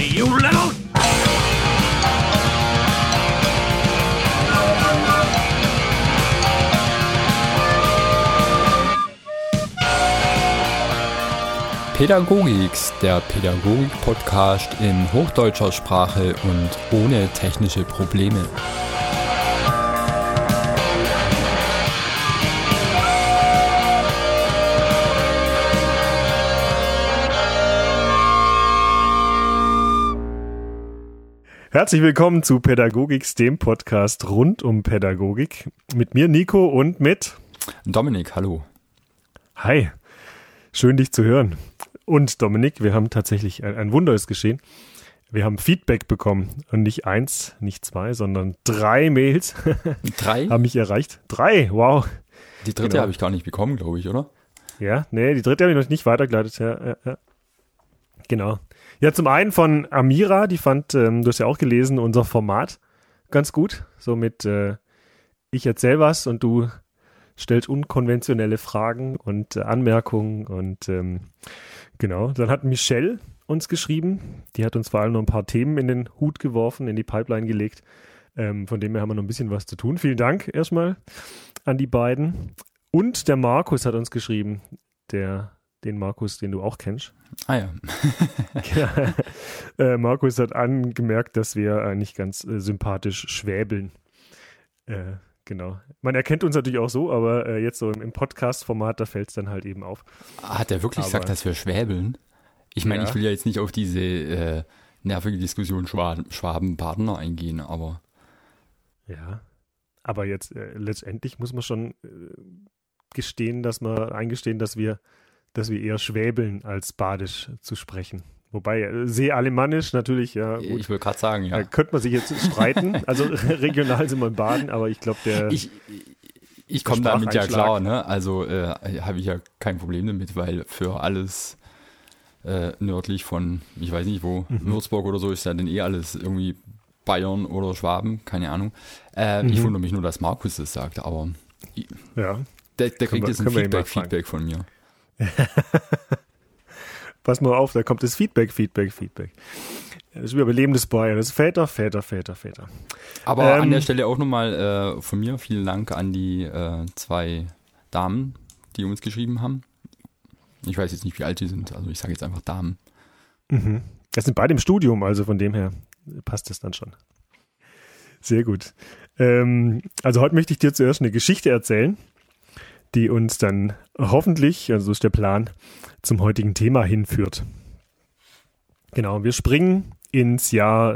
you little... Pädagogix, der Pädagogik-Podcast in hochdeutscher Sprache und ohne technische Probleme. Herzlich willkommen zu Pädagogix, dem Podcast rund um Pädagogik. Mit mir Nico und mit Dominik, hallo. Hi, schön dich zu hören. Und Dominik, wir haben tatsächlich, ein Wunder ist geschehen. Wir haben Feedback bekommen und nicht 1, nicht 2, sondern 3 Mails. 3? Haben mich erreicht. 3, wow. Die dritte habe ich gar nicht bekommen, glaube ich, oder? Ja, nee, die dritte habe ich noch nicht weitergeleitet. Ja. Genau. Ja, zum einen von Amira, die fand, du hast ja auch gelesen, unser Format ganz gut. So mit ich erzähl was und du stellst unkonventionelle Fragen und Anmerkungen und genau. Dann hat Michelle uns geschrieben, die hat uns vor allem noch ein paar Themen in den Hut geworfen, in die Pipeline gelegt. Von dem her haben wir noch ein bisschen was zu tun. Vielen Dank erstmal an die beiden. Und der Markus hat uns geschrieben, den Markus, den du auch kennst. Ah ja. Ja. Markus hat angemerkt, dass wir eigentlich ganz sympathisch schwäbeln. Genau. Man erkennt uns natürlich auch so, aber jetzt so im Podcast-Format, da fällt es dann halt eben auf. Hat er wirklich gesagt, dass wir schwäbeln? Ich meine, ich will ja jetzt nicht auf diese nervige Diskussion Schwaben-Partner eingehen, aber... Ja, aber jetzt letztendlich muss man schon eingestehen, dass wir eher schwäbeln, als badisch zu sprechen. Wobei, seealemannisch natürlich, ja gut. Ich wollte gerade sagen, ja. Da könnte man sich jetzt streiten. Also regional sind wir in Baden, aber ich glaube, Ich komme damit ja klar, ne? Also habe ich ja kein Problem damit, weil für alles nördlich von, ich weiß nicht wo, Würzburg oder so, ist ja dann alles irgendwie Bayern oder Schwaben, keine Ahnung. Ich wundere mich nur, dass Markus das sagt, aber ja. Der kriegt jetzt ein Feedback von mir. Pass mal auf, da kommt das Feedback. Das ist wie bei Leben des Bayern. Das ist Väter. Aber an der Stelle auch nochmal von mir vielen Dank an die 2 Damen, die uns geschrieben haben. Ich weiß jetzt nicht, wie alt sie sind, also ich sage jetzt einfach Damen. Das sind beide im Studium, also von dem her passt das dann schon. Sehr gut. Also heute möchte ich dir zuerst eine Geschichte erzählen, die uns dann hoffentlich, also so ist der Plan, zum heutigen Thema hinführt. Genau, wir springen ins Jahr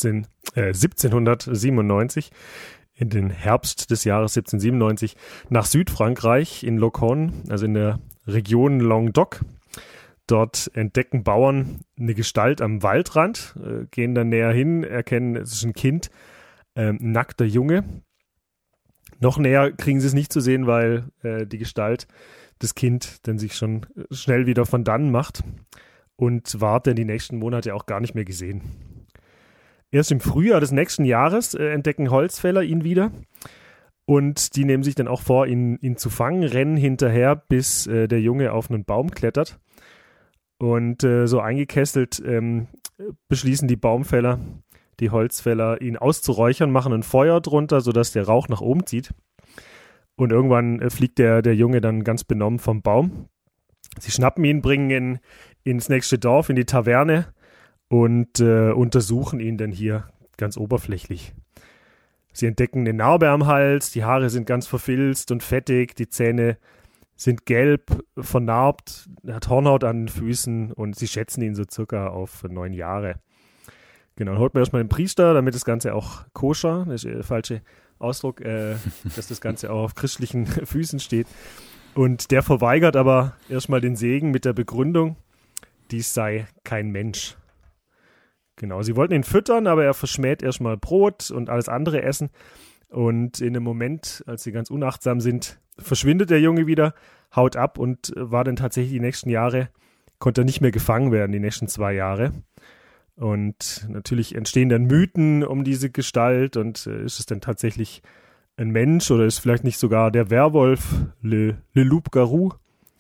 1797, in den Herbst des Jahres 1797, nach Südfrankreich in Loconne, also in der Region Languedoc. Dort entdecken Bauern eine Gestalt am Waldrand, gehen dann näher hin, erkennen, es ist ein Kind, ein nackter Junge. Noch näher kriegen sie es nicht zu sehen, weil die Gestalt, das Kind, dann sich schon schnell wieder von dannen macht und ward dann die nächsten Monate auch gar nicht mehr gesehen. Erst im Frühjahr des nächsten Jahres entdecken Holzfäller ihn wieder und die nehmen sich dann auch vor, ihn zu fangen, rennen hinterher, bis der Junge auf einen Baum klettert. Und so eingekesselt beschließen die Baumfäller, die Holzfäller, ihn auszuräuchern, machen ein Feuer drunter, sodass der Rauch nach oben zieht. Und irgendwann fliegt der Junge dann ganz benommen vom Baum. Sie schnappen ihn, bringen ihn ins nächste Dorf, in die Taverne und untersuchen ihn dann hier ganz oberflächlich. Sie entdecken eine Narbe am Hals, die Haare sind ganz verfilzt und fettig, die Zähne sind gelb, vernarbt, er hat Hornhaut an den Füßen und sie schätzen ihn so circa auf 9 Jahre. Genau, dann holt man erstmal den Priester, damit das Ganze auch koscher, das ist der falsche Ausdruck, dass das Ganze auch auf christlichen Füßen steht. Und der verweigert aber erstmal den Segen mit der Begründung, dies sei kein Mensch. Genau, sie wollten ihn füttern, aber er verschmäht erstmal Brot und alles andere Essen. Und in dem Moment, als sie ganz unachtsam sind, verschwindet der Junge wieder, haut ab und war dann tatsächlich die nächsten Jahre, konnte er nicht mehr gefangen werden, die nächsten 2 Jahre. Und natürlich entstehen dann Mythen um diese Gestalt und ist es denn tatsächlich ein Mensch oder ist vielleicht nicht sogar der Werwolf Le Loup-Garou?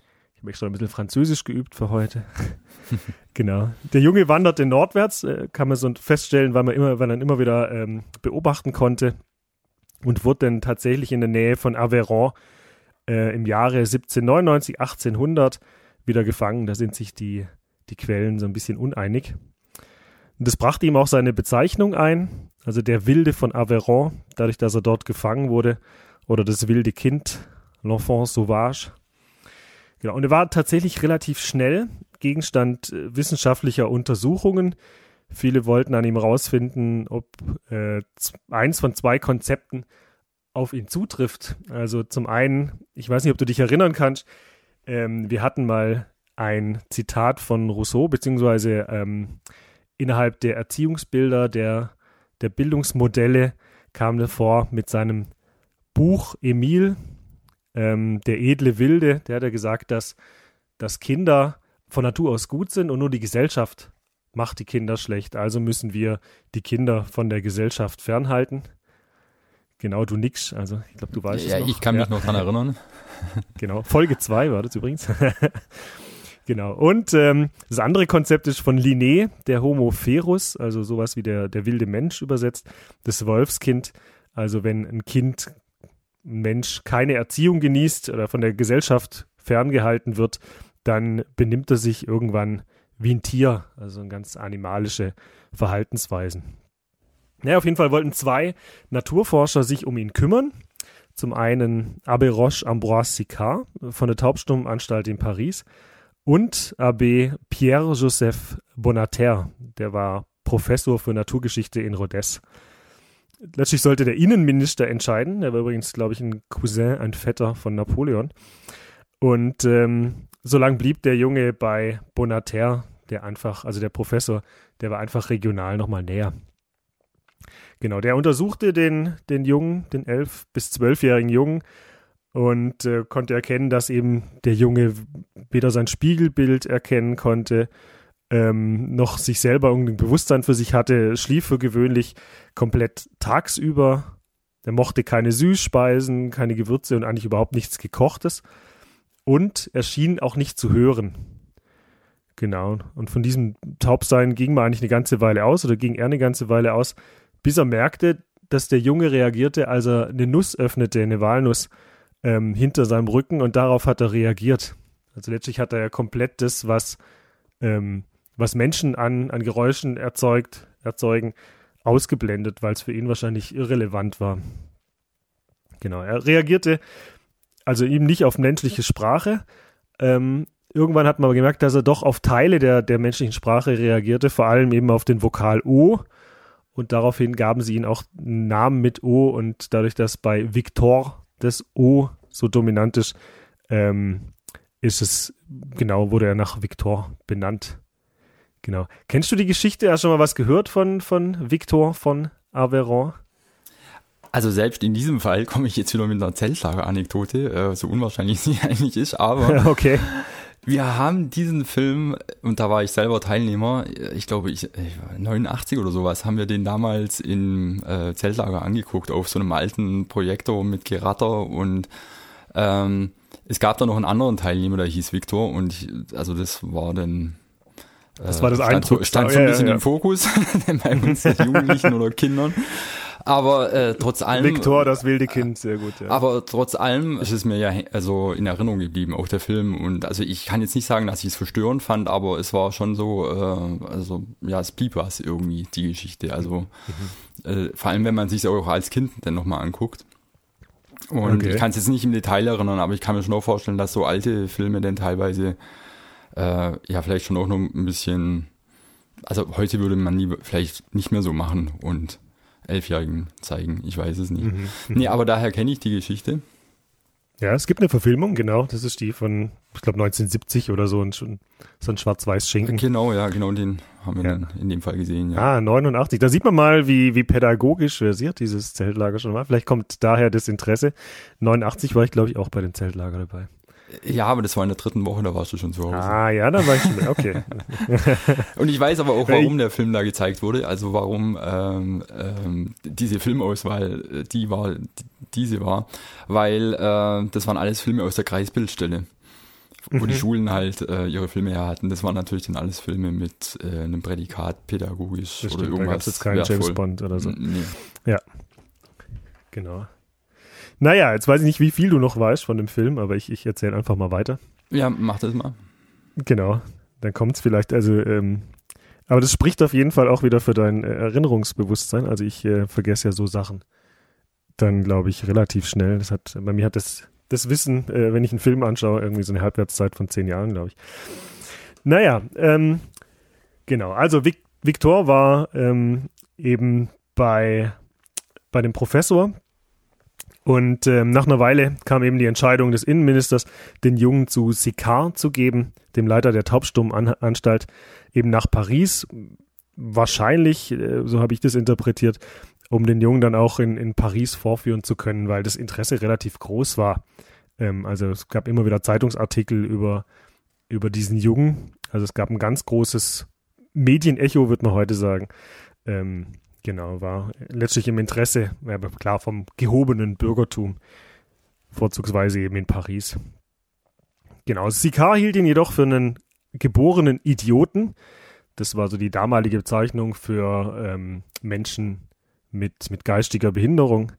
habe extra ein bisschen Französisch geübt für heute. Genau. Der Junge wanderte nordwärts, kann man so feststellen, weil man immer wieder beobachten konnte und wurde dann tatsächlich in der Nähe von Aveyron im Jahre 1799, 1800 wieder gefangen. Da sind sich die Quellen so ein bisschen uneinig. Und das brachte ihm auch seine Bezeichnung ein, also der Wilde von Aveyron, dadurch, dass er dort gefangen wurde, oder das wilde Kind, l'enfant sauvage. Genau, und er war tatsächlich relativ schnell Gegenstand wissenschaftlicher Untersuchungen. Viele wollten an ihm rausfinden, ob eins von zwei Konzepten auf ihn zutrifft. Also zum einen, ich weiß nicht, ob du dich erinnern kannst, wir hatten mal ein Zitat von Rousseau, beziehungsweise innerhalb der Erziehungsbilder, der Bildungsmodelle kam er vor mit seinem Buch Emile, der edle Wilde. Der hat ja gesagt, dass Kinder von Natur aus gut sind und nur die Gesellschaft macht die Kinder schlecht. Also müssen wir die Kinder von der Gesellschaft fernhalten. Genau, du nix. Also ich glaube, du weißt es noch. Ja, ich kann mich noch dran erinnern. Genau, Folge 2 war das übrigens. Genau, und das andere Konzept ist von Linné, der Homo ferus, also sowas wie der wilde Mensch übersetzt, das Wolfskind. Also wenn ein Mensch keine Erziehung genießt oder von der Gesellschaft ferngehalten wird, dann benimmt er sich irgendwann wie ein Tier, also ganz animalische Verhaltensweisen. Naja, auf jeden Fall wollten zwei Naturforscher sich um ihn kümmern. Zum einen Abbé Roche-Ambroise Sicard von der Taubstummenanstalt in Paris und Abbé Pierre-Joseph Bonaterre, der war Professor für Naturgeschichte in Rodez. Letztlich sollte der Innenminister entscheiden, der war übrigens, glaube ich, ein Cousin, ein Vetter von Napoleon. Und so lange blieb der Junge bei Bonaterre, der Professor, der war einfach regional nochmal näher. Genau, der untersuchte den Jungen, den 11- bis 12-jährigen Jungen und konnte erkennen, dass eben der Junge weder sein Spiegelbild erkennen konnte, noch sich selber irgendein Bewusstsein für sich hatte, schlief für gewöhnlich komplett tagsüber. Er mochte keine Süßspeisen, keine Gewürze und eigentlich überhaupt nichts Gekochtes. Und er schien auch nicht zu hören. Genau, und von diesem Taubsein ging er eine ganze Weile aus, bis er merkte, dass der Junge reagierte, als er eine Nuss öffnete, eine Walnuss, hinter seinem Rücken, und darauf hat er reagiert. Also letztlich hat er ja komplett das, was Menschen an Geräuschen erzeugen, ausgeblendet, weil es für ihn wahrscheinlich irrelevant war. Genau, er reagierte also eben nicht auf menschliche Sprache. Irgendwann hat man aber gemerkt, dass er doch auf Teile der menschlichen Sprache reagierte, vor allem eben auf den Vokal O. Und daraufhin gaben sie ihm auch einen Namen mit O, und dadurch, dass bei Victor das O so dominant ist, wurde er nach Victor benannt. Genau. Kennst du die Geschichte? Hast du schon mal was gehört von Victor von Aveyron? Also selbst in diesem Fall komme ich jetzt wieder mit einer Zeltlager-Anekdote, so unwahrscheinlich sie eigentlich ist, aber okay. Wir haben diesen Film, und da war ich selber Teilnehmer, ich glaube, 89 oder sowas, haben wir den damals im Zeltlager angeguckt, auf so einem alten Projektor mit Geratter, und es gab da noch einen anderen Teilnehmer, der hieß Victor, und das war dann... Das war das Eindruck. Stand so ein bisschen im Fokus bei uns Jugendlichen oder Kindern. Aber trotz allem... Victor, das wilde Kind, sehr gut. Ja. Aber trotz allem ist es mir ja also in Erinnerung geblieben, auch der Film. Und also ich kann jetzt nicht sagen, dass ich es verstörend fand, aber es war schon so, es blieb was irgendwie, die Geschichte. Also vor allem, wenn man sich auch als Kind dann nochmal anguckt. Und ich kann es jetzt nicht im Detail erinnern, aber ich kann mir schon auch vorstellen, dass so alte Filme dann teilweise vielleicht schon auch noch ein bisschen, also heute würde man vielleicht nicht mehr so machen und 11-Jährigen zeigen, ich weiß es nicht. Nee, aber daher kenne ich die Geschichte. Ja, es gibt eine Verfilmung, genau, das ist die von, ich glaube 1970 oder so, so ein Schwarz-Weiß-Schinken. Genau, den haben wir dann in dem Fall gesehen. Ja. 89, da sieht man mal, wie pädagogisch versiert dieses Zeltlager schon war. Vielleicht kommt daher das Interesse. 89 war ich, glaube ich, auch bei dem Zeltlager dabei. Ja, aber das war in der 3. Woche, da warst du schon zu Hause. Ja, dann war ich schon mit, okay. Und ich weiß aber auch, warum der Film da gezeigt wurde, also warum diese Filmauswahl diese war, weil das waren alles Filme aus der Kreisbildstelle wo die Schulen halt ihre Filme her hatten, das waren natürlich dann alles Filme mit einem Prädikat pädagogisch das oder stimmt, irgendwas. Da gab es jetzt keinen wertvoll. James Bond oder so. Nee. Ja, genau. Naja, jetzt weiß ich nicht, wie viel du noch weißt von dem Film, aber ich erzähle einfach mal weiter. Ja, mach das mal. Genau, dann kommt es vielleicht, also, aber das spricht auf jeden Fall auch wieder für dein Erinnerungsbewusstsein. Also ich vergesse ja so Sachen dann, glaube ich, relativ schnell. Bei mir hat das Wissen, wenn ich einen Film anschaue, irgendwie so eine Halbwertszeit von 10 Jahren, glaube ich. Naja, genau, also Victor war eben bei dem Professor. Und nach einer Weile kam eben die Entscheidung des Innenministers, den Jungen zu Sicard zu geben, dem Leiter der Taubstummenanstalt, eben nach Paris. Wahrscheinlich, so habe ich das interpretiert, um den Jungen dann auch in Paris vorführen zu können, weil das Interesse relativ groß war. Also es gab immer wieder Zeitungsartikel über diesen Jungen. Also es gab ein ganz großes Medienecho, würde man heute sagen. Genau, war letztlich im Interesse, klar, vom gehobenen Bürgertum, vorzugsweise eben in Paris. Genau, Sicard hielt ihn jedoch für einen geborenen Idioten. Das war so die damalige Bezeichnung für Menschen mit geistiger Behinderung.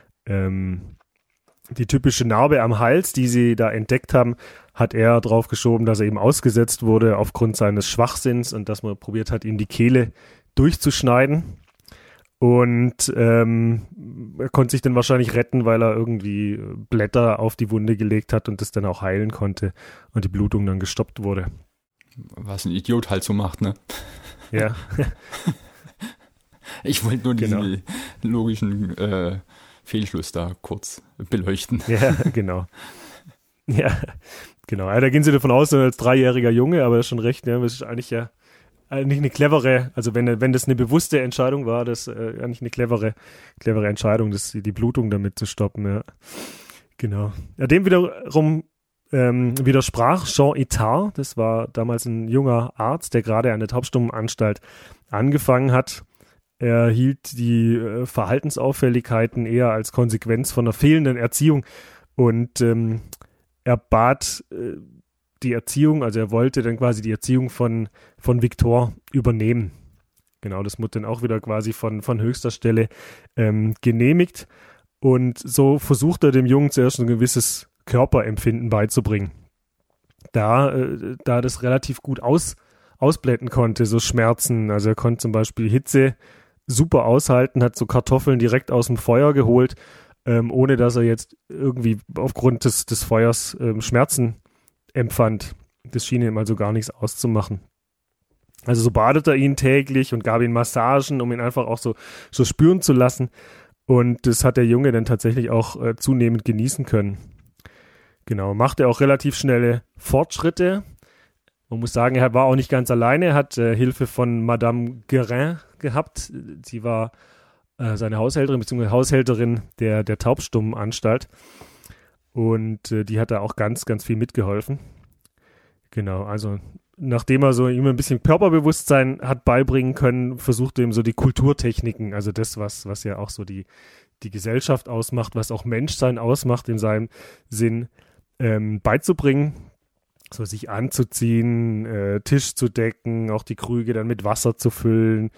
Die typische Narbe am Hals, die sie da entdeckt haben, hat er drauf geschoben, dass er eben ausgesetzt wurde aufgrund seines Schwachsinns und dass man probiert hat, ihm die Kehle durchzuschneiden. Und er konnte sich dann wahrscheinlich retten, weil er irgendwie Blätter auf die Wunde gelegt hat und das dann auch heilen konnte und die Blutung dann gestoppt wurde. Was ein Idiot halt so macht, ne? Ja. Ich wollte nur diesen logischen Fehlschluss da kurz beleuchten. Ja, genau. Ja, genau. Ja, da gehen sie davon aus, als 3-jähriger Junge, aber das ist schon recht, ja, das ist eigentlich ja nicht eine clevere, also wenn das eine bewusste Entscheidung war, das eigentlich eine clevere Entscheidung, die Blutung damit zu stoppen, ja. Genau. Ja, dem wiederum widersprach Jean Itard, das war damals ein junger Arzt, der gerade an der Taubstummenanstalt angefangen hat. Er hielt die Verhaltensauffälligkeiten eher als Konsequenz von einer fehlenden Erziehung und er bat die Erziehung, also er wollte dann quasi die Erziehung von Victor übernehmen. Genau, das wurde dann auch wieder quasi von höchster Stelle genehmigt. Und so versucht er dem Jungen zuerst ein gewisses Körperempfinden beizubringen. Da das relativ gut ausblenden konnte, so Schmerzen. Also er konnte zum Beispiel Hitze super aushalten, hat so Kartoffeln direkt aus dem Feuer geholt, ohne dass er jetzt irgendwie aufgrund des Feuers Schmerzen empfand. Das schien ihm also gar nichts auszumachen. Also so badet er ihn täglich und gab ihm Massagen, um ihn einfach auch so spüren zu lassen. Und das hat der Junge dann tatsächlich auch zunehmend genießen können. Genau, machte auch relativ schnelle Fortschritte. Man muss sagen, er war auch nicht ganz alleine, er hat Hilfe von Madame Guérin gehabt. Sie war seine Haushälterin bzw. Haushälterin der Taubstummenanstalt. Und die hat da auch ganz, ganz viel mitgeholfen. Genau, also nachdem er so ihm ein bisschen Körperbewusstsein hat beibringen können, versuchte ihm so die Kulturtechniken, also das, was ja auch so die Gesellschaft ausmacht, was auch Menschsein ausmacht in seinem Sinn, beizubringen. So sich anzuziehen, Tisch zu decken, auch die Krüge dann mit Wasser zu füllen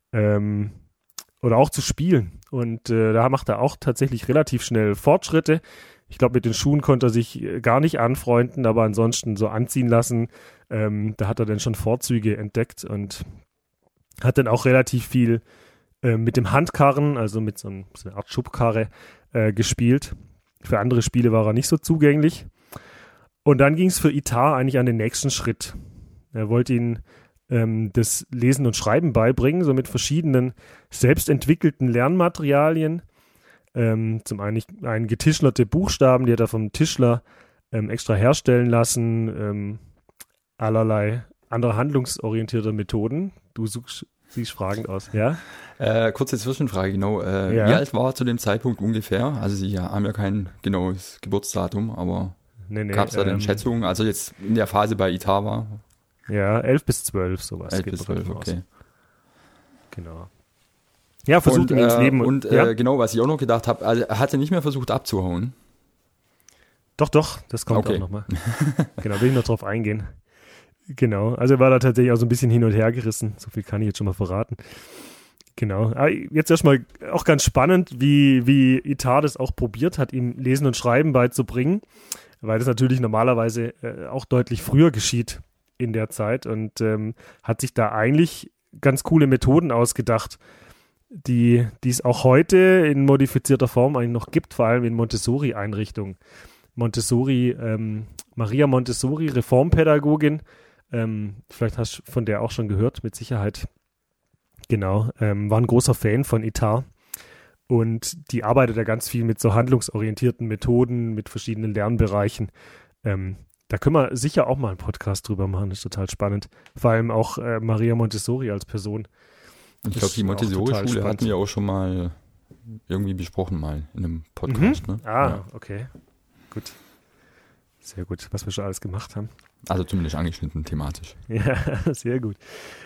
oder auch zu spielen. Und da macht er auch tatsächlich relativ schnell Fortschritte. Ich glaube, mit den Schuhen konnte er sich gar nicht anfreunden, aber ansonsten so anziehen lassen, da hat er dann schon Vorzüge entdeckt und hat dann auch relativ viel mit dem Handkarren, also mit so einer Art Schubkarre gespielt. Für andere Spiele war er nicht so zugänglich. Und dann ging es für Itard eigentlich an den nächsten Schritt. Er wollte ihn das Lesen und Schreiben beibringen, so mit verschiedenen selbstentwickelten Lernmaterialien. Zum einen getischlerte Buchstaben, die hat er vom Tischler extra herstellen lassen, allerlei andere handlungsorientierte Methoden. Du siehst fragend aus, ja? Kurze Zwischenfrage, genau. Ja. Wie alt war er zu dem Zeitpunkt ungefähr? Also Sie haben ja kein genaues Geburtsdatum, aber gab es da denn Schätzungen? Also jetzt in der Phase bei Itard war? Ja, 11 bis 12, sowas. 11 bis 12, okay. Genau. Ja, versucht ihn ins Leben. Und genau, was ich auch noch gedacht habe, also er hatte nicht mehr versucht abzuhauen. Doch, das kommt Okay. auch nochmal. Genau, will ich noch drauf eingehen. Genau, also war da tatsächlich auch so ein bisschen hin und her gerissen. So viel kann ich jetzt schon mal verraten. Genau. Aber jetzt erstmal auch ganz spannend, wie Itard das auch probiert hat, ihm Lesen und Schreiben beizubringen, weil das natürlich normalerweise auch deutlich früher geschieht in der Zeit und hat sich da eigentlich ganz coole Methoden ausgedacht, die es auch heute in modifizierter Form eigentlich noch gibt, vor allem in Montessori-Einrichtungen. Maria Montessori, Reformpädagogin, vielleicht hast du von der auch schon gehört, mit Sicherheit. Genau, war ein großer Fan von Itard und die arbeitet ja ganz viel mit so handlungsorientierten Methoden, mit verschiedenen Lernbereichen. Da können wir sicher auch mal einen Podcast drüber machen, das ist total spannend. Vor allem auch Maria Montessori als Person. Ich glaube, die Montessori-Schule hatten wir auch schon mal irgendwie besprochen, mal in einem Podcast. Ne? Okay. Gut. Sehr gut, was wir schon alles gemacht haben. Also zumindest angeschnitten thematisch. Ja, sehr gut.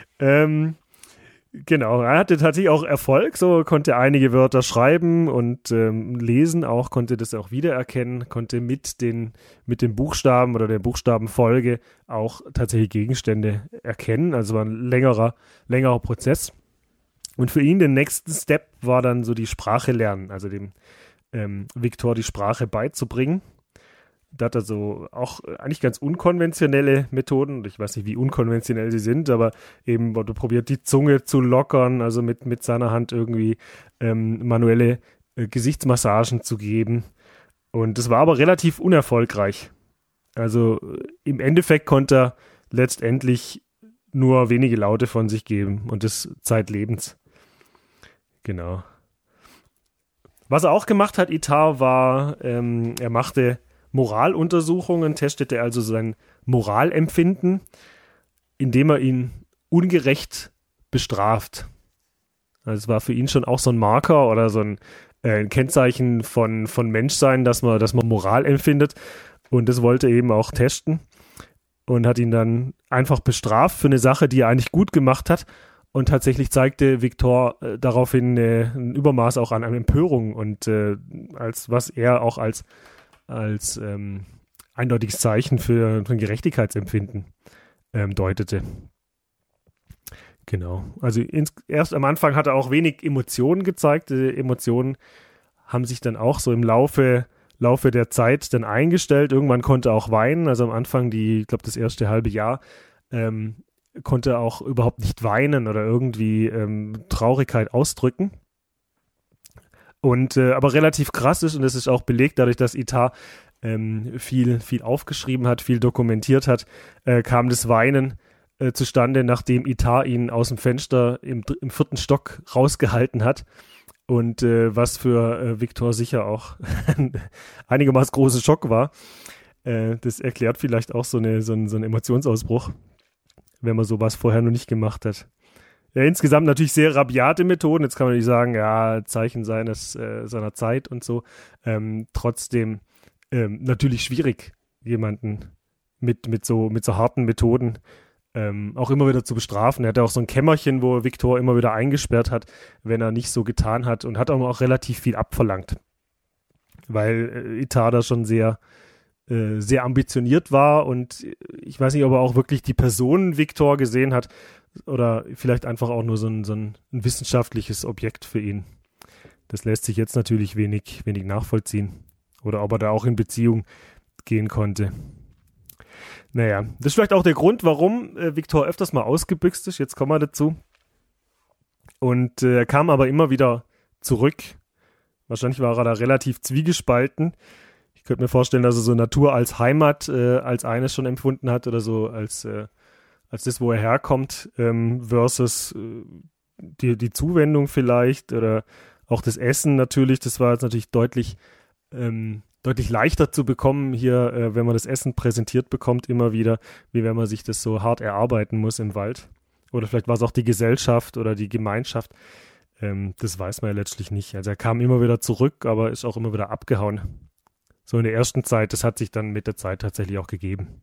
Genau, er hatte tatsächlich auch Erfolg, so konnte einige Wörter schreiben und lesen auch, konnte das auch wiedererkennen, konnte mit den Buchstaben oder der Buchstabenfolge auch tatsächlich Gegenstände erkennen, also war ein längerer Prozess. Und für ihn der nächste Step war dann so die Sprache lernen, also dem Victor die Sprache beizubringen. Da hat er so auch eigentlich ganz unkonventionelle Methoden. Ich weiß nicht, wie unkonventionell sie sind, aber eben wurde probiert, die Zunge zu lockern, also mit seiner Hand irgendwie manuelle Gesichtsmassagen zu geben. Und das war aber relativ unerfolgreich. Also im Endeffekt konnte er letztendlich nur wenige Laute von sich geben und das zeitlebens. Genau. Was er auch gemacht hat, Itard, war, er machte Moraluntersuchungen, testete also sein Moralempfinden, indem er ihn ungerecht bestraft. Also es war für ihn schon auch so ein Marker oder so ein Kennzeichen von Menschsein, dass man Moral empfindet. Und das wollte er eben auch testen und hat ihn dann einfach bestraft für eine Sache, die er eigentlich gut gemacht hat. Und tatsächlich zeigte Victor daraufhin ein Übermaß auch an Empörung und als was er auch als eindeutiges Zeichen für ein Gerechtigkeitsempfinden deutete. Genau. Also erst am Anfang hat er auch wenig Emotionen gezeigt. Die Emotionen haben sich dann auch so im Laufe der Zeit dann eingestellt. Irgendwann konnte er auch weinen. Also am Anfang, ich glaube das erste halbe Jahr, konnte er auch überhaupt nicht weinen oder irgendwie Traurigkeit ausdrücken. Und aber relativ krass ist, und das ist auch belegt dadurch, dass Itard viel aufgeschrieben hat, viel dokumentiert hat, kam das Weinen zustande, nachdem Itard ihn aus dem Fenster im 4. Stock rausgehalten hat. Und was für Victor sicher auch ein einigermaßen großer Schock war. Das erklärt vielleicht auch so einen Emotionsausbruch, wenn man sowas vorher noch nicht gemacht hat. Ja, insgesamt natürlich sehr rabiate Methoden. Jetzt kann man nicht sagen, ja, Zeichen seiner Zeit und so. Trotzdem natürlich schwierig, jemanden mit so harten Methoden auch immer wieder zu bestrafen. Er hatte auch so ein Kämmerchen, wo Victor immer wieder eingesperrt hat, wenn er nicht so getan hat und hat auch relativ viel abverlangt. Weil Itard da schon sehr ambitioniert war und ich weiß nicht, ob er auch wirklich die Person Victor gesehen hat oder vielleicht einfach auch nur so ein wissenschaftliches Objekt für ihn. Das lässt sich jetzt natürlich wenig nachvollziehen. Oder ob er da auch in Beziehung gehen konnte. Naja, das ist vielleicht auch der Grund, warum Victor öfters mal ausgebüxt ist. Jetzt kommen wir dazu. Und er kam aber immer wieder zurück. Wahrscheinlich war er da relativ zwiegespalten. Ich könnte mir vorstellen, dass er so Natur als Heimat als eines schon empfunden hat oder so als das, wo er herkommt, versus die Zuwendung vielleicht oder auch das Essen natürlich. Das war jetzt natürlich deutlich leichter zu bekommen hier, wenn man das Essen präsentiert bekommt immer wieder, wie wenn man sich das so hart erarbeiten muss im Wald. Oder vielleicht war es auch die Gesellschaft oder die Gemeinschaft. Das weiß man ja letztlich nicht. Also er kam immer wieder zurück, aber ist auch immer wieder abgehauen. So in der ersten Zeit, das hat sich dann mit der Zeit tatsächlich auch gegeben.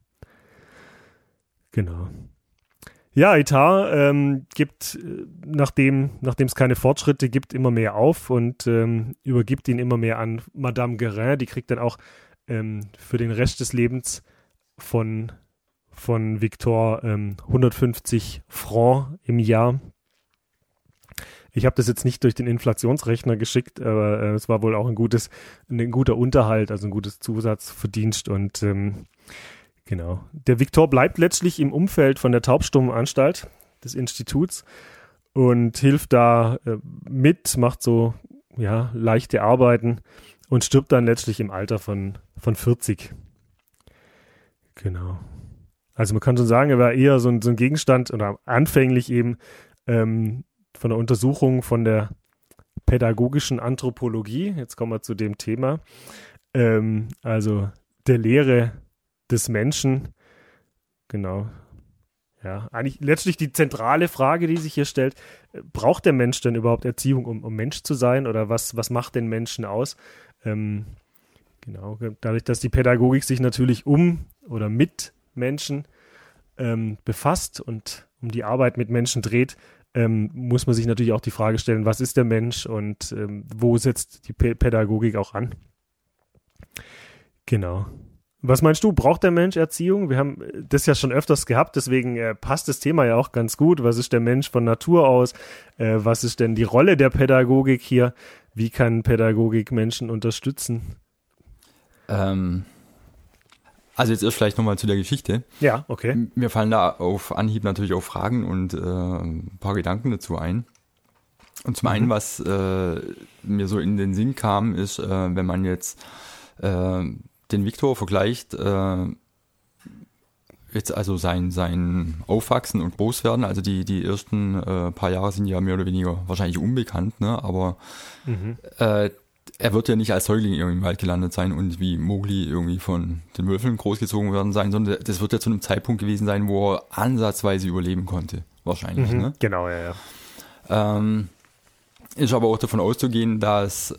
Genau. Ja, Itard gibt, nachdem es keine Fortschritte gibt, immer mehr auf und übergibt ihn immer mehr an Madame Guérin. Die kriegt dann auch für den Rest des Lebens von Victor 150 Francs im Jahr. Ich habe das jetzt nicht durch den Inflationsrechner geschickt, aber es war wohl auch ein guter Unterhalt, also ein gutes Zusatzverdienst. Und genau. Der Victor bleibt letztlich im Umfeld von der Taubstummenanstalt des Instituts und hilft da mit, macht so leichte Arbeiten und stirbt dann letztlich im Alter von 40. Genau. Also man kann schon sagen, er war eher so ein Gegenstand oder anfänglich eben von der Untersuchung von der pädagogischen Anthropologie. Jetzt kommen wir zu dem Thema. Also der Lehre des Menschen. Genau. Ja, eigentlich letztlich die zentrale Frage, die sich hier stellt, braucht der Mensch denn überhaupt Erziehung, um Mensch zu sein? Oder was macht den Menschen aus? Genau, dadurch, dass die Pädagogik sich natürlich oder mit Menschen befasst und um die Arbeit mit Menschen dreht, muss man sich natürlich auch die Frage stellen, was ist der Mensch und wo setzt die Pädagogik auch an? Genau. Was meinst du, braucht der Mensch Erziehung? Wir haben das ja schon öfters gehabt, deswegen passt das Thema ja auch ganz gut. Was ist der Mensch von Natur aus? Was ist denn die Rolle der Pädagogik hier? Wie kann Pädagogik Menschen unterstützen? Also jetzt erst vielleicht nochmal zu der Geschichte. Ja, okay. Mir fallen da auf Anhieb natürlich auch Fragen und ein paar Gedanken dazu ein. Und zum einen, was mir so in den Sinn kam, ist, wenn man jetzt den Victor vergleicht, jetzt also sein Aufwachsen und Großwerden, also die ersten paar Jahre sind ja mehr oder weniger wahrscheinlich unbekannt, ne? Aber er wird ja nicht als Säugling irgendwie im Wald gelandet sein und wie Mowgli irgendwie von den Wölfen großgezogen werden sein, sondern das wird ja zu einem Zeitpunkt gewesen sein, wo er ansatzweise überleben konnte, wahrscheinlich. Ne? Genau, ja. Ist aber auch davon auszugehen, dass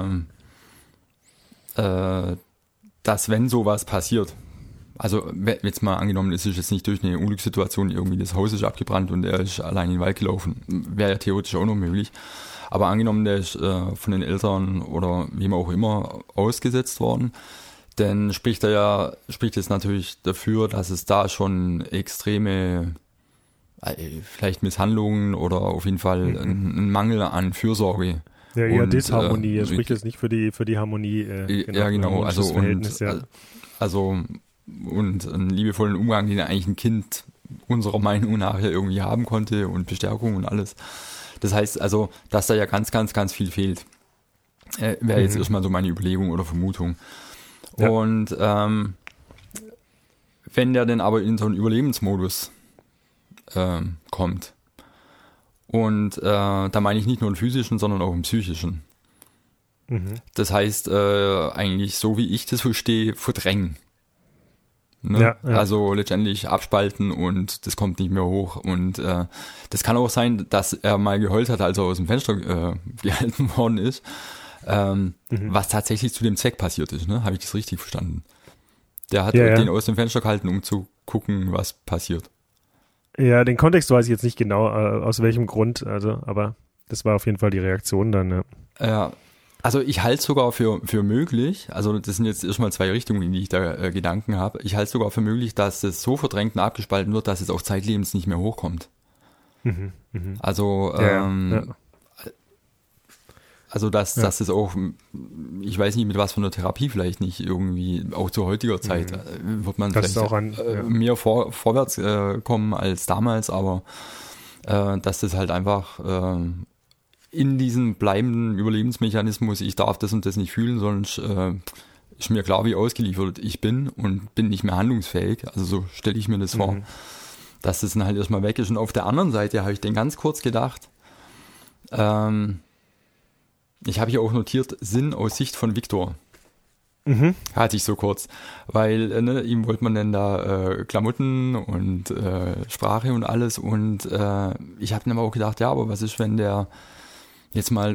wenn sowas passiert, also jetzt mal angenommen, es ist jetzt nicht durch eine Unglückssituation irgendwie das Haus ist abgebrannt und er ist allein in den Wald gelaufen, wäre ja theoretisch auch noch möglich. Aber angenommen, der ist von den Eltern oder wem auch immer ausgesetzt worden, dann spricht es natürlich dafür, dass es da schon extreme, vielleicht Misshandlungen oder auf jeden Fall ein Mangel an Fürsorge. Ja, eher Disharmonie, er spricht jetzt nicht für die Harmonie. Genau, also und einen liebevollen Umgang, den eigentlich ein Kind unserer Meinung nach ja irgendwie haben konnte und Bestärkung und alles. Das heißt also, dass da ja ganz, ganz, ganz viel fehlt. Wäre jetzt erstmal so meine Überlegung oder Vermutung. Ja. Und wenn der denn aber in so einen Überlebensmodus kommt, und da meine ich nicht nur einen physischen, sondern auch einen psychischen. Das heißt, eigentlich so wie ich das verstehe, verdrängen. Ne? Ja. Also letztendlich abspalten und das kommt nicht mehr hoch. Und das kann auch sein, dass er mal geheult hat, als er aus dem Fenster gehalten worden ist. Was tatsächlich zu dem Zweck passiert ist. Ne? Habe ich das richtig verstanden? Der hat den aus dem Fenster gehalten, um zu gucken, was passiert. Ja, den Kontext weiß ich jetzt nicht genau, aus welchem Grund. Also, aber das war auf jeden Fall die Reaktion dann. Ja. Ja. Also ich halte es sogar für möglich, also das sind jetzt erstmal zwei Richtungen, in die ich da Gedanken habe. Ich halte es sogar für möglich, dass es so verdrängt und abgespalten wird, dass es auch zeitlebens nicht mehr hochkommt. Also also dass es auch, ich weiß nicht mit was von der Therapie vielleicht nicht irgendwie, auch zu heutiger Zeit wird man das vielleicht auch mehr vorwärts kommen als damals, aber dass das halt einfach in diesem bleibenden Überlebensmechanismus, ich darf das und das nicht fühlen, sonst ist mir klar, wie ausgeliefert ich bin und bin nicht mehr handlungsfähig. Also so stelle ich mir das vor, dass das dann halt erstmal weg ist. Und auf der anderen Seite habe ich dann ganz kurz gedacht, ich habe hier auch notiert, Sinn aus Sicht von Victor. Hatte ich so kurz, weil ihm wollte man dann da Klamotten und Sprache und alles und ich habe dann aber auch gedacht, ja, aber was ist, wenn der jetzt mal,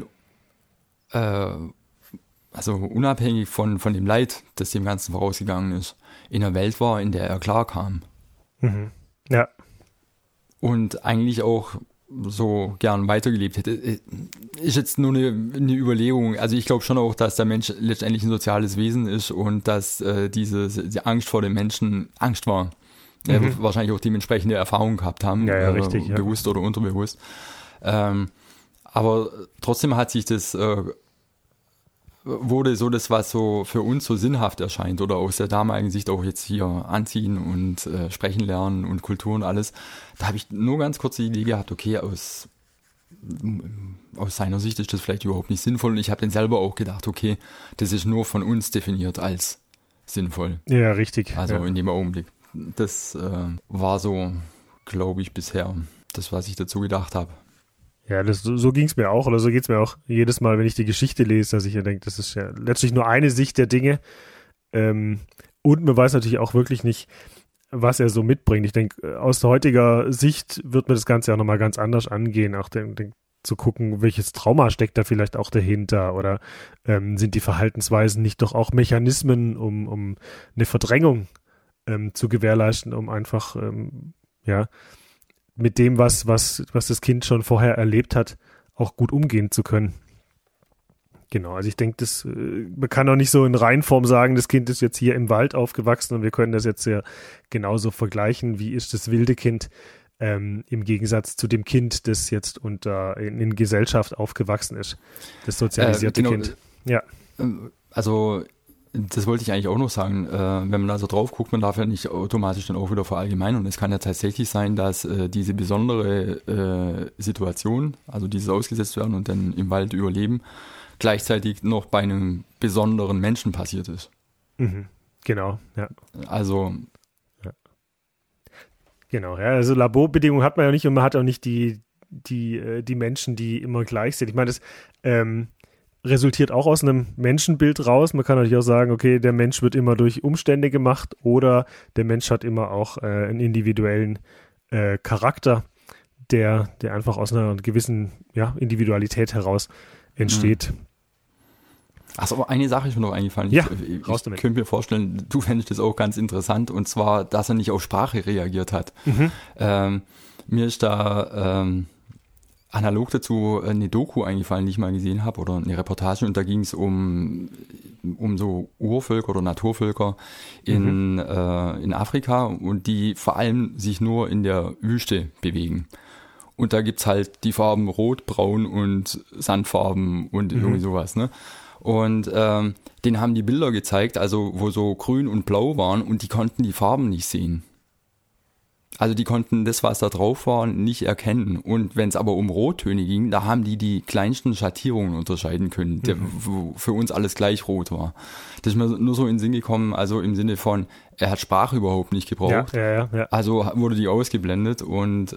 also unabhängig von dem Leid, das dem Ganzen vorausgegangen ist, in einer Welt war, in der er klarkam. Ja. Und eigentlich auch so gern weitergelebt hätte. Ist jetzt nur eine Überlegung. Also ich glaube schon auch, dass der Mensch letztendlich ein soziales Wesen ist und dass die Angst vor dem Menschen Angst war. Er wird wahrscheinlich auch dementsprechende Erfahrungen gehabt haben, richtig, bewusst oder unterbewusst. Aber trotzdem hat sich das wurde so das, was so für uns so sinnhaft erscheint oder aus der damaligen Sicht auch jetzt hier anziehen und sprechen lernen und Kultur und alles. Da habe ich nur ganz kurz die Idee gehabt, okay, aus seiner Sicht ist das vielleicht überhaupt nicht sinnvoll. Und ich habe dann selber auch gedacht, okay, das ist nur von uns definiert als sinnvoll. Ja, richtig. Also in dem Augenblick. Das war so, glaube ich, bisher das, was ich dazu gedacht habe. Ja, so ging es mir auch, oder so geht es mir auch jedes Mal, wenn ich die Geschichte lese, dass ich ja denke, das ist ja letztlich nur eine Sicht der Dinge. Und man weiß natürlich auch wirklich nicht, was er so mitbringt. Ich denke, aus heutiger Sicht wird mir das Ganze ja nochmal ganz anders angehen, auch zu gucken, welches Trauma steckt da vielleicht auch dahinter oder sind die Verhaltensweisen nicht doch auch Mechanismen, um eine Verdrängung zu gewährleisten, um einfach, mit dem, was das Kind schon vorher erlebt hat, auch gut umgehen zu können. Genau, also ich denke, man kann auch nicht so in Reinform sagen, das Kind ist jetzt hier im Wald aufgewachsen und wir können das jetzt ja genauso vergleichen, wie ist das wilde Kind im Gegensatz zu dem Kind, das jetzt in Gesellschaft aufgewachsen ist, das sozialisierte Kind. Ja. Also das wollte ich eigentlich auch noch sagen, wenn man da so drauf guckt, man darf ja nicht automatisch dann auch wieder verallgemeinern. Und es kann ja tatsächlich sein, dass diese besondere Situation, also dieses ausgesetzt werden und dann im Wald überleben, gleichzeitig noch bei einem besonderen Menschen passiert ist. Mhm. Genau, ja. Also genau, ja, also Laborbedingungen hat man ja nicht und man hat auch nicht die Menschen, die immer gleich sind. Ich meine, das resultiert auch aus einem Menschenbild raus. Man kann natürlich auch sagen, okay, der Mensch wird immer durch Umstände gemacht oder der Mensch hat immer auch einen individuellen Charakter, der einfach aus einer gewissen Individualität heraus entsteht. Achso, aber eine Sache ist mir noch eingefallen. Ja, ich könnte mir vorstellen, du fändest das auch ganz interessant, und zwar, dass er nicht auf Sprache reagiert hat. Mir ist da analog dazu eine Doku eingefallen, die ich mal gesehen habe, oder eine Reportage, und da ging es um so Urvölker oder Naturvölker in Afrika, und die vor allem sich nur in der Wüste bewegen. Und da gibt's halt die Farben Rot, Braun und Sandfarben und irgendwie sowas, ne? Und denen haben die Bilder gezeigt, also wo so grün und blau waren, und die konnten die Farben nicht sehen. Also die konnten das, was da drauf war, nicht erkennen. Und wenn es aber um Rottöne ging, da haben die kleinsten Schattierungen unterscheiden können, wo für uns alles gleich rot war. Das ist mir nur so in den Sinn gekommen, also im Sinne von, er hat Sprache überhaupt nicht gebraucht. Ja. Also wurde die ausgeblendet, und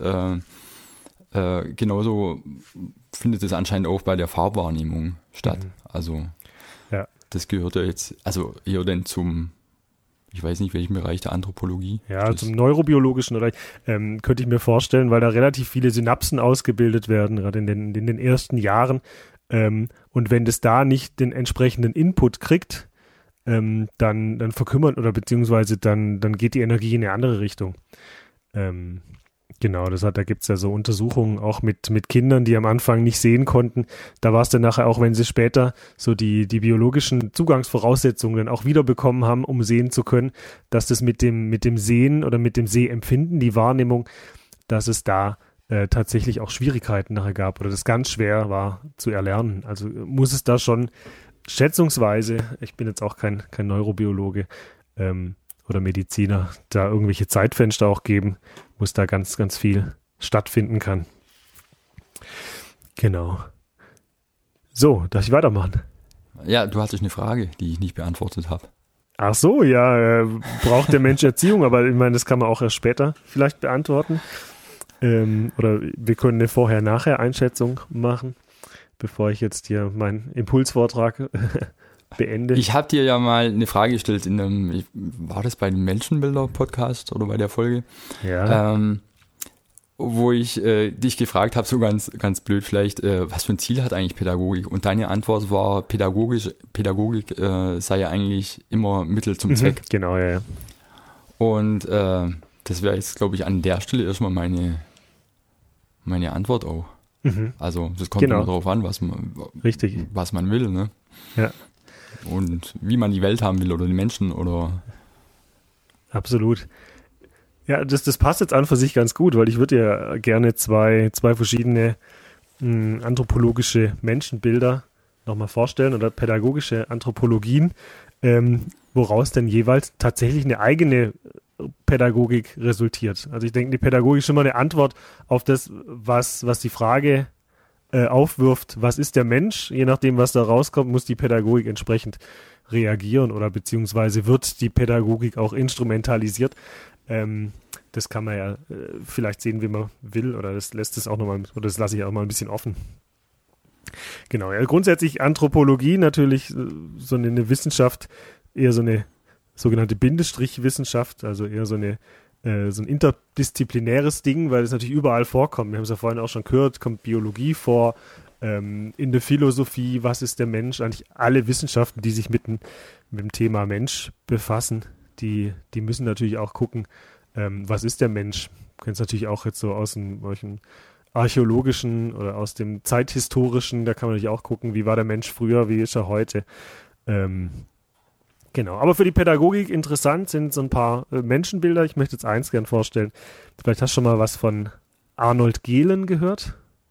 genauso findet es anscheinend auch bei der Farbwahrnehmung statt. Also das gehört ja jetzt, also eher denn zum, ich weiß nicht, welchen Bereich der Anthropologie. Ja, zum neurobiologischen, oder könnte ich mir vorstellen, weil da relativ viele Synapsen ausgebildet werden, gerade in den ersten Jahren. Und wenn das da nicht den entsprechenden Input kriegt, dann verkümmert oder beziehungsweise dann geht die Energie in eine andere Richtung. Genau, da gibt es ja so Untersuchungen auch mit Kindern, die am Anfang nicht sehen konnten. Da war es dann nachher auch, wenn sie später so die biologischen Zugangsvoraussetzungen dann auch wiederbekommen haben, um sehen zu können, dass das mit dem Sehen oder mit dem Sehempfinden, die Wahrnehmung, dass es da tatsächlich auch Schwierigkeiten nachher gab oder das ganz schwer war zu erlernen. Also muss es da schon schätzungsweise, ich bin jetzt auch kein Neurobiologe, oder Mediziner, da irgendwelche Zeitfenster auch geben, muss da ganz, ganz viel stattfinden kann. Genau. So, darf ich weitermachen? Ja, du hattest eine Frage, die ich nicht beantwortet habe. Ach so, ja, braucht der Mensch Erziehung, aber ich meine, das kann man auch erst später vielleicht beantworten. Oder wir können eine Vorher-Nachher-Einschätzung machen, bevor ich jetzt hier meinen Impulsvortrag beende. Ich habe dir ja mal eine Frage gestellt war das bei dem Menschenbilder-Podcast oder bei der Folge? Ja. Wo ich dich gefragt habe, so ganz, ganz blöd vielleicht, was für ein Ziel hat eigentlich Pädagogik? Und deine Antwort war, Pädagogik sei ja eigentlich immer Mittel zum Zweck. Genau, ja. Und das wäre jetzt, glaube ich, an der Stelle erstmal meine meine Antwort auch. Also das kommt Genau. immer darauf an, was man will, ne? Ja. Und wie man die Welt haben will oder die Menschen oder... Absolut. Ja, das passt jetzt an für sich ganz gut, weil ich würde ja gerne zwei verschiedene anthropologische Menschenbilder nochmal vorstellen oder pädagogische Anthropologien, woraus denn jeweils tatsächlich eine eigene Pädagogik resultiert. Also ich denke, die Pädagogik ist immer eine Antwort auf das, was die Frage aufwirft, was ist der Mensch? Je nachdem, was da rauskommt, muss die Pädagogik entsprechend reagieren oder beziehungsweise wird die Pädagogik auch instrumentalisiert. Das kann man ja vielleicht sehen, wie man will, oder das lässt es auch nochmal, oder das lasse ich auch mal ein bisschen offen. Genau, ja, grundsätzlich Anthropologie natürlich so eine Wissenschaft, eher so eine sogenannte Bindestrich-Wissenschaft, also eher so ein interdisziplinäres Ding, weil es natürlich überall vorkommt. Wir haben es ja vorhin auch schon gehört, kommt Biologie vor, in der Philosophie, was ist der Mensch? Eigentlich alle Wissenschaften, die sich mit dem Thema Mensch befassen, die müssen natürlich auch gucken, was ist der Mensch? Du kennst natürlich auch jetzt so aus solchen archäologischen oder aus dem zeithistorischen, da kann man natürlich auch gucken, wie war der Mensch früher, wie ist er heute? Genau, aber für die Pädagogik interessant sind so ein paar Menschenbilder. Ich möchte jetzt eins gern vorstellen. Vielleicht hast du schon mal was von Arnold Gehlen gehört?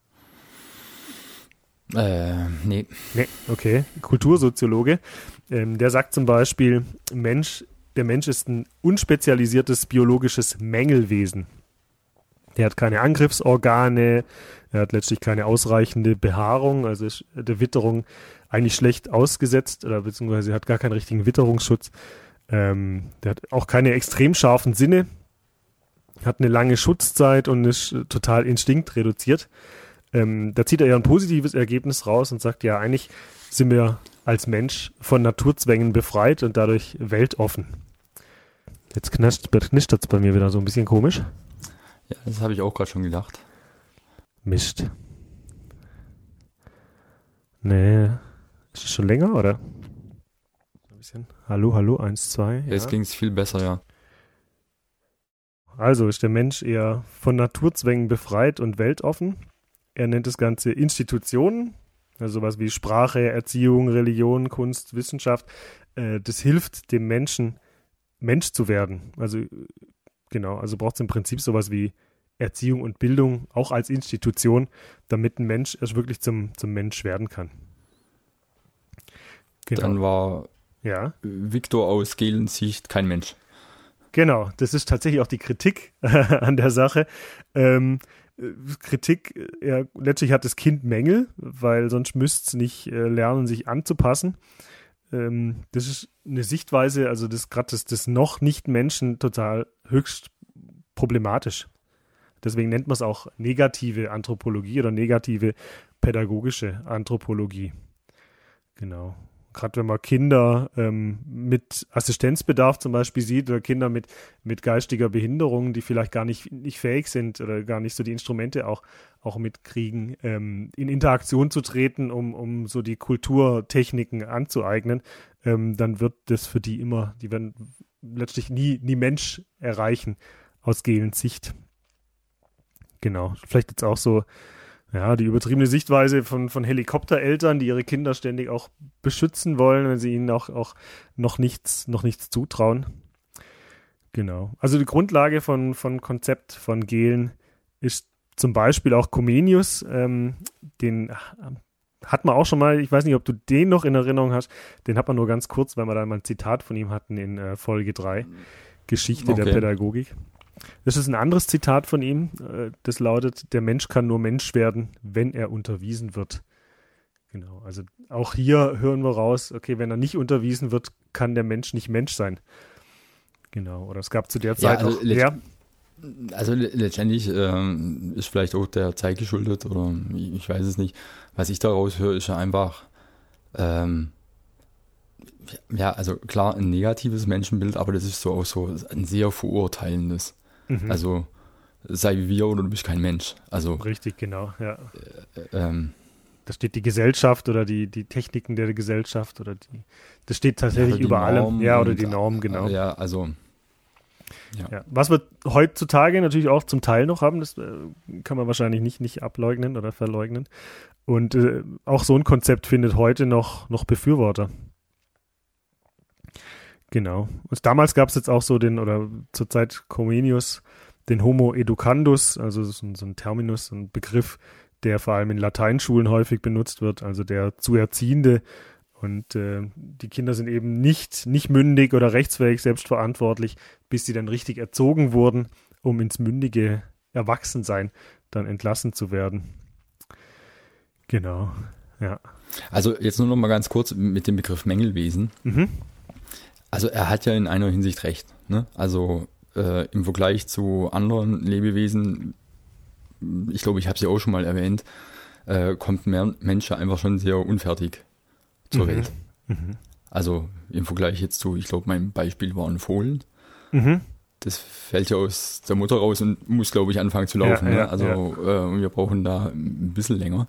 Nee. Nee, okay. Kultursoziologe. Der sagt zum Beispiel, der Mensch ist ein unspezialisiertes biologisches Mängelwesen. Der hat keine Angriffsorgane, er hat letztlich keine ausreichende Behaarung, also ist der Witterung eigentlich schlecht ausgesetzt oder beziehungsweise hat gar keinen richtigen Witterungsschutz. Der hat auch keine extrem scharfen Sinne, hat eine lange Schutzzeit und ist total instinktreduziert. Da zieht er ja ein positives Ergebnis raus und sagt, ja, eigentlich sind wir als Mensch von Naturzwängen befreit und dadurch weltoffen. Jetzt knistert es bei mir wieder so ein bisschen komisch. Ja, das habe ich auch gerade schon gedacht. Mist. Nee. Ist es schon länger, oder? Ein bisschen. Hallo, 1, 2. Jetzt ja. ging es viel besser, ja. Also ist der Mensch eher von Naturzwängen befreit und weltoffen. Er nennt das Ganze Institutionen, also sowas wie Sprache, Erziehung, Religion, Kunst, Wissenschaft. Das hilft dem Menschen, Mensch zu werden. Also genau, also braucht es im Prinzip sowas wie Erziehung und Bildung, auch als Institution, damit ein Mensch erst wirklich zum Mensch werden kann. Genau. Dann war Viktor aus Gehlens Sicht kein Mensch. Genau, das ist tatsächlich auch die Kritik an der Sache. Kritik, letztlich hat das Kind Mängel, weil sonst müsste es nicht lernen, sich anzupassen. Das ist eine Sichtweise, also das gerade das noch nicht Menschen total höchst problematisch. Deswegen nennt man es auch negative Anthropologie oder negative pädagogische Anthropologie. Genau. Gerade wenn man Kinder mit Assistenzbedarf zum Beispiel sieht oder Kinder mit geistiger Behinderung, die vielleicht gar nicht fähig sind oder gar nicht so die Instrumente auch mitkriegen, in Interaktion zu treten, um so die Kulturtechniken anzueignen, dann wird das für die werden letztlich nie Mensch erreichen aus Gehlens Sicht. Genau. Vielleicht jetzt auch so die übertriebene Sichtweise von Helikoptereltern, die ihre Kinder ständig auch beschützen wollen, wenn sie ihnen auch noch nichts zutrauen. Genau. Also die Grundlage von Konzept von Gehlen ist zum Beispiel auch Comenius. Den hat man auch schon mal, ich weiß nicht, ob du den noch in Erinnerung hast, den hat man nur ganz kurz, weil wir da mal ein Zitat von ihm hatten in Folge 3, Geschichte der Pädagogik. Das ist ein anderes Zitat von ihm, das lautet, der Mensch kann nur Mensch werden, wenn er unterwiesen wird. Genau, also auch hier hören wir raus, okay, wenn er nicht unterwiesen wird, kann der Mensch nicht Mensch sein. Genau, oder es gab zu der Zeit also auch... Also letztendlich ist vielleicht auch der Zeit geschuldet oder ich weiß es nicht. Was ich daraus höre, ist ja einfach also klar ein negatives Menschenbild, aber das ist so auch so ein sehr verurteilendes. Mhm. Also sei wie wir oder du bist kein Mensch. Also richtig, genau, ja. Da steht die Gesellschaft oder die Techniken der Gesellschaft das steht tatsächlich über allem. Ja, oder die Norm, genau. Ja, also Ja. Was wir heutzutage natürlich auch zum Teil noch haben, das kann man wahrscheinlich nicht ableugnen oder verleugnen. Und auch so ein Konzept findet heute noch Befürworter. Genau. Und damals gab es jetzt auch so zur Zeit Comenius, den Homo educandus, also so ein Terminus, ein Begriff, der vor allem in Lateinschulen häufig benutzt wird, also der zu Erziehende. Und die Kinder sind eben nicht mündig oder rechtsfähig, selbstverantwortlich, bis sie dann richtig erzogen wurden, um ins mündige Erwachsensein dann entlassen zu werden. Genau, ja. Also jetzt nur noch mal ganz kurz mit dem Begriff Mängelwesen. Mhm. Also er hat ja in einer Hinsicht recht. Ne? Also im Vergleich zu anderen Lebewesen, ich glaube, ich habe es ja auch schon mal erwähnt, kommt mehr Mensch einfach schon sehr unfertig zur Welt. Mhm. Also im Vergleich jetzt zu, ich glaube, mein Beispiel war ein Fohlen. Mhm. Das fällt ja aus der Mutter raus und muss, glaube ich, anfangen zu laufen. Ne? Also wir brauchen da ein bisschen länger.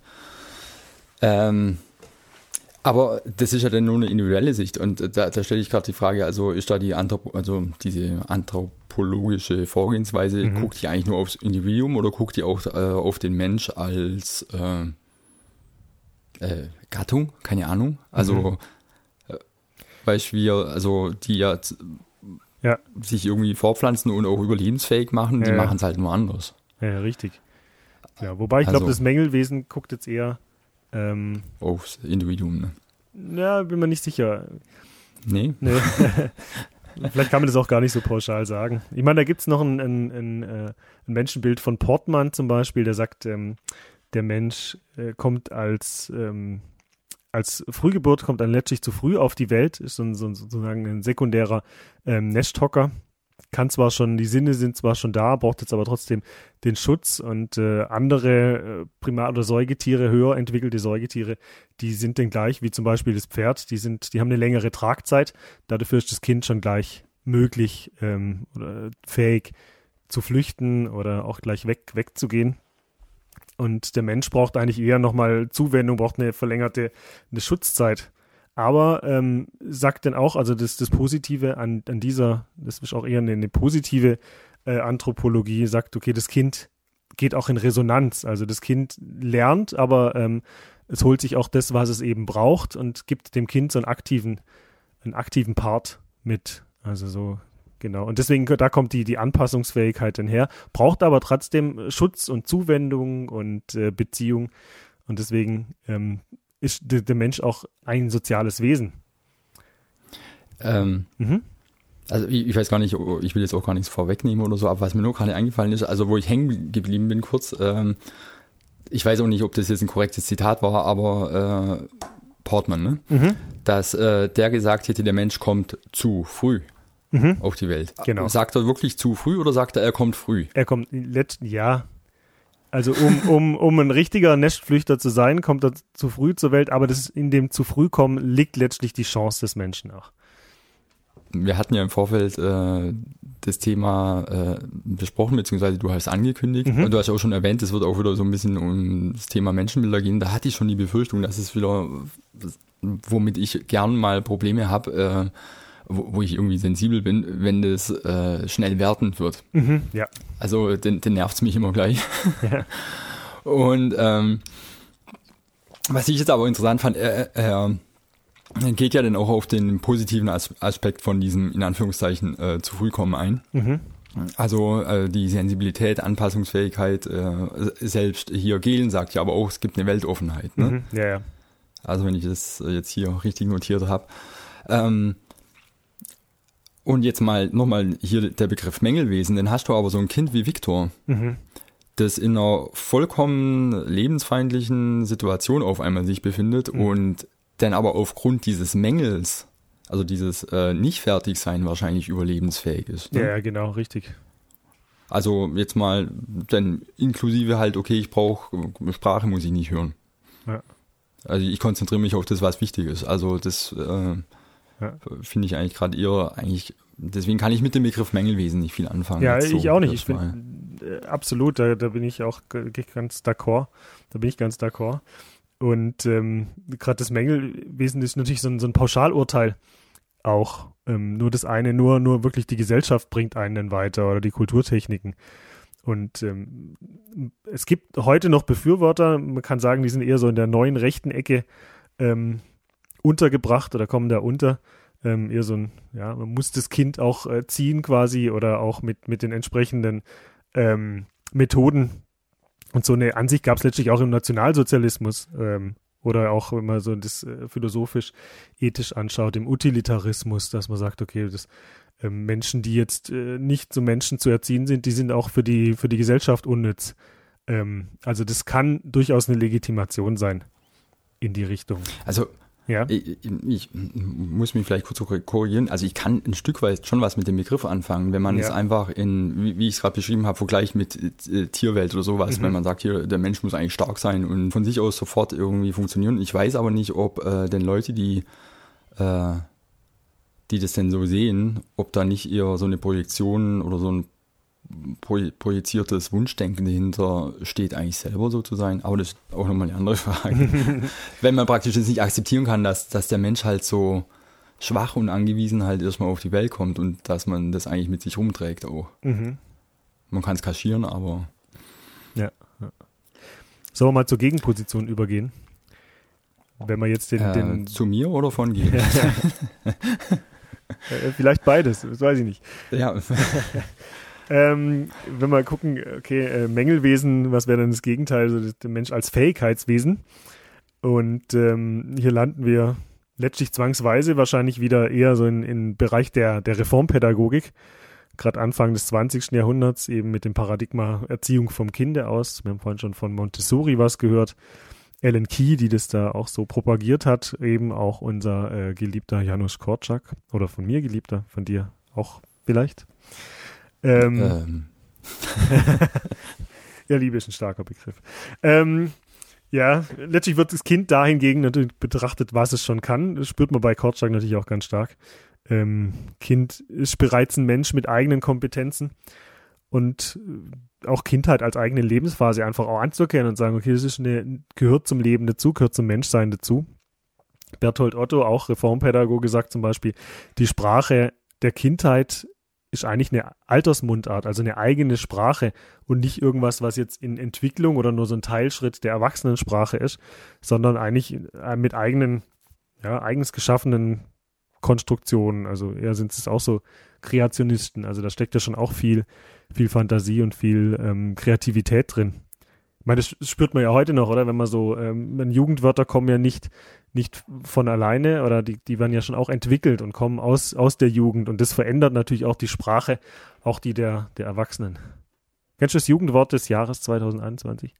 Aber das ist ja dann nur eine individuelle Sicht und da stelle ich gerade die Frage, also ist da diese anthropologische Vorgehensweise, guckt die eigentlich nur aufs Individuum oder guckt die auch auf den Mensch als Gattung? Keine Ahnung. Also weißt du, die ja sich irgendwie fortpflanzen und auch überlebensfähig machen, die machen es halt nur anders. Ja, richtig. Ja, wobei ich glaube, das Mängelwesen guckt jetzt eher aufs Individuum, ne? Ja, bin mir nicht sicher. Nee. Vielleicht kann man das auch gar nicht so pauschal sagen. Ich meine, da gibt es noch ein Menschenbild von Portman zum Beispiel, der sagt, der Mensch kommt als Frühgeburt, kommt dann letztlich zu früh auf die Welt, ist sozusagen ein sekundärer Nesthocker. Die Sinne sind zwar schon da, braucht jetzt aber trotzdem den Schutz und andere Primat- oder Säugetiere, höher entwickelte Säugetiere, die sind dann gleich, wie zum Beispiel das Pferd, die haben eine längere Tragzeit, dafür ist das Kind schon gleich möglich oder fähig zu flüchten oder auch gleich wegzugehen. Und der Mensch braucht eigentlich eher nochmal Zuwendung, braucht eine verlängerte Schutzzeit. Aber sagt dann auch, also das Positive an dieser, das ist auch eher eine positive Anthropologie, sagt, okay, das Kind geht auch in Resonanz. Also das Kind lernt, aber es holt sich auch das, was es eben braucht und gibt dem Kind so einen aktiven Part mit. Also so, genau. Und deswegen, da kommt die Anpassungsfähigkeit dann her, braucht aber trotzdem Schutz und Zuwendung und Beziehung. Und deswegen ist der Mensch auch ein soziales Wesen. Also ich weiß gar nicht, ich will jetzt auch gar nichts vorwegnehmen oder so, aber was mir nur gerade eingefallen ist, also wo ich hängen geblieben bin kurz, ich weiß auch nicht, ob das jetzt ein korrektes Zitat war, aber Portman, ne? Dass der gesagt hätte, der Mensch kommt zu früh auf die Welt. Genau. Sagt er wirklich zu früh oder sagt er kommt früh? Er kommt ja. Also um ein richtiger Nestflüchter zu sein, kommt er zu früh zur Welt, aber in dem zu früh kommen liegt letztlich die Chance des Menschen auch. Wir hatten ja im Vorfeld das Thema besprochen, beziehungsweise du hast angekündigt und du hast auch schon erwähnt, es wird auch wieder so ein bisschen um das Thema Menschenbilder gehen. Da hatte ich schon die Befürchtung, dass es wieder, womit ich gern mal Probleme habe, wo ich irgendwie sensibel bin, wenn das schnell wertend wird. Ja. Also den nervt es mich immer gleich. Ja. Und was ich jetzt aber interessant fand, geht ja dann auch auf den positiven Aspekt von diesem, in Anführungszeichen, zu früh kommen ein. Also die Sensibilität, Anpassungsfähigkeit, selbst hier Gehlen sagt ja aber auch, es gibt eine Weltoffenheit. Ne? Ja. Also wenn ich das jetzt hier richtig notiert habe. Und jetzt nochmal hier der Begriff Mängelwesen, dann hast du aber so ein Kind wie Viktor, das in einer vollkommen lebensfeindlichen Situation auf einmal sich befindet und dann aber aufgrund dieses Mängels, also dieses Nicht-Fertigsein wahrscheinlich überlebensfähig ist. Ne? Ja, genau, richtig. Also jetzt mal dann inklusive halt, okay, ich brauche Sprache, muss ich nicht hören. Ja. Also ich konzentriere mich auf das, was wichtig ist. Also das finde ich eigentlich gerade deswegen kann ich mit dem Begriff Mängelwesen nicht viel anfangen. Ja, ich auch nicht. Ich finde, absolut, da bin ich auch ganz d'accord. Und gerade das Mängelwesen ist natürlich so ein Pauschalurteil. auch. Nur das eine, nur wirklich die Gesellschaft bringt einen dann weiter oder die Kulturtechniken. Und es gibt heute noch Befürworter, man kann sagen, die sind eher so in der neuen rechten Ecke untergebracht oder kommen da unter. Eher so ein, ja, man muss das Kind auch ziehen quasi oder auch mit den entsprechenden Methoden. Und so eine Ansicht gab es letztlich auch im Nationalsozialismus oder auch, wenn man so das philosophisch, ethisch anschaut, im Utilitarismus, dass man sagt, okay, das Menschen, die jetzt nicht zu Menschen zu erziehen sind, die sind auch für die Gesellschaft unnütz. Also das kann durchaus eine Legitimation sein in die Richtung. Also ja. Ich muss mich vielleicht kurz korrigieren. Also ich kann ein Stück weit schon was mit dem Begriff anfangen, wenn man es einfach wie ich es gerade beschrieben habe, vergleicht mit Tierwelt oder sowas. Wenn man sagt, hier, der Mensch muss eigentlich stark sein und von sich aus sofort irgendwie funktionieren. Ich weiß aber nicht, ob denn Leute, die das denn so sehen, ob da nicht eher so eine Projektion oder so ein projiziertes Wunschdenken dahinter steht, eigentlich selber so zu sein. Aber das ist auch nochmal eine andere Frage. Wenn man praktisch jetzt nicht akzeptieren kann, dass der Mensch halt so schwach und angewiesen halt erstmal auf die Welt kommt und dass man das eigentlich mit sich rumträgt auch. Man kann es kaschieren, aber... Ja. Sollen wir mal zur Gegenposition übergehen? Wenn wir jetzt den zu mir oder von dir? Vielleicht beides, das weiß ich nicht. Ja. Wenn wir gucken, okay, Mängelwesen, was wäre denn das Gegenteil? Also der Mensch als Fähigkeitswesen. Und hier landen wir letztlich zwangsweise wahrscheinlich wieder eher so in Bereich der Reformpädagogik. Gerade Anfang des 20. Jahrhunderts eben mit dem Paradigma Erziehung vom Kinde aus. Wir haben vorhin schon von Montessori was gehört. Alan Key, die das da auch so propagiert hat. Eben auch unser geliebter Janusz Korczak. Oder von mir geliebter, von dir auch vielleicht. Ja, Liebe ist ein starker Begriff. Ja, letztlich wird das Kind dahingegen natürlich betrachtet, was es schon kann. Das spürt man bei Korczak natürlich auch ganz stark. Kind ist bereits ein Mensch mit eigenen Kompetenzen und auch Kindheit als eigene Lebensphase einfach auch anzuerkennen und sagen, okay, das ist gehört zum Leben dazu, gehört zum Menschsein dazu. Berthold Otto, auch Reformpädagoge, sagt zum Beispiel, die Sprache der Kindheit ist eigentlich eine Altersmundart, also eine eigene Sprache und nicht irgendwas, was jetzt in Entwicklung oder nur so ein Teilschritt der Erwachsenensprache ist, sondern eigentlich mit eigens geschaffenen Konstruktionen. Also eher sind es auch so Kreationisten. Also da steckt ja schon auch viel Fantasie und viel Kreativität drin. Ich meine, das spürt man ja heute noch, oder? Wenn man so, Jugendwörter kommen ja nicht von alleine oder die werden ja schon auch entwickelt und kommen aus der Jugend und das verändert natürlich auch die Sprache, auch die der Erwachsenen. Kennst du das Jugendwort des Jahres 2021?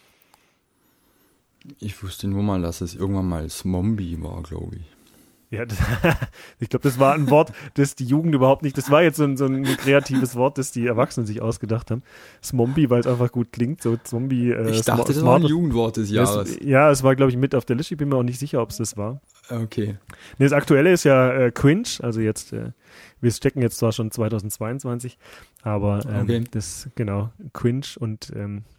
Ich wusste nur mal, dass es irgendwann mal Smombi war, glaube ich. Ja, ich glaube, das war ein Wort, das die Jugend überhaupt nicht, das war jetzt so ein kreatives Wort, das die Erwachsenen sich ausgedacht haben. Smombi, weil es einfach gut klingt, so Zombie. Ich dachte, das war ein Jugendwort des Jahres. Es war, glaube ich, mit auf der Liste, ich bin mir auch nicht sicher, ob es das war. Okay. Nee, das Aktuelle ist ja Cringe, also jetzt, wir stecken jetzt zwar schon 2022, aber okay. Das, genau, Cringe und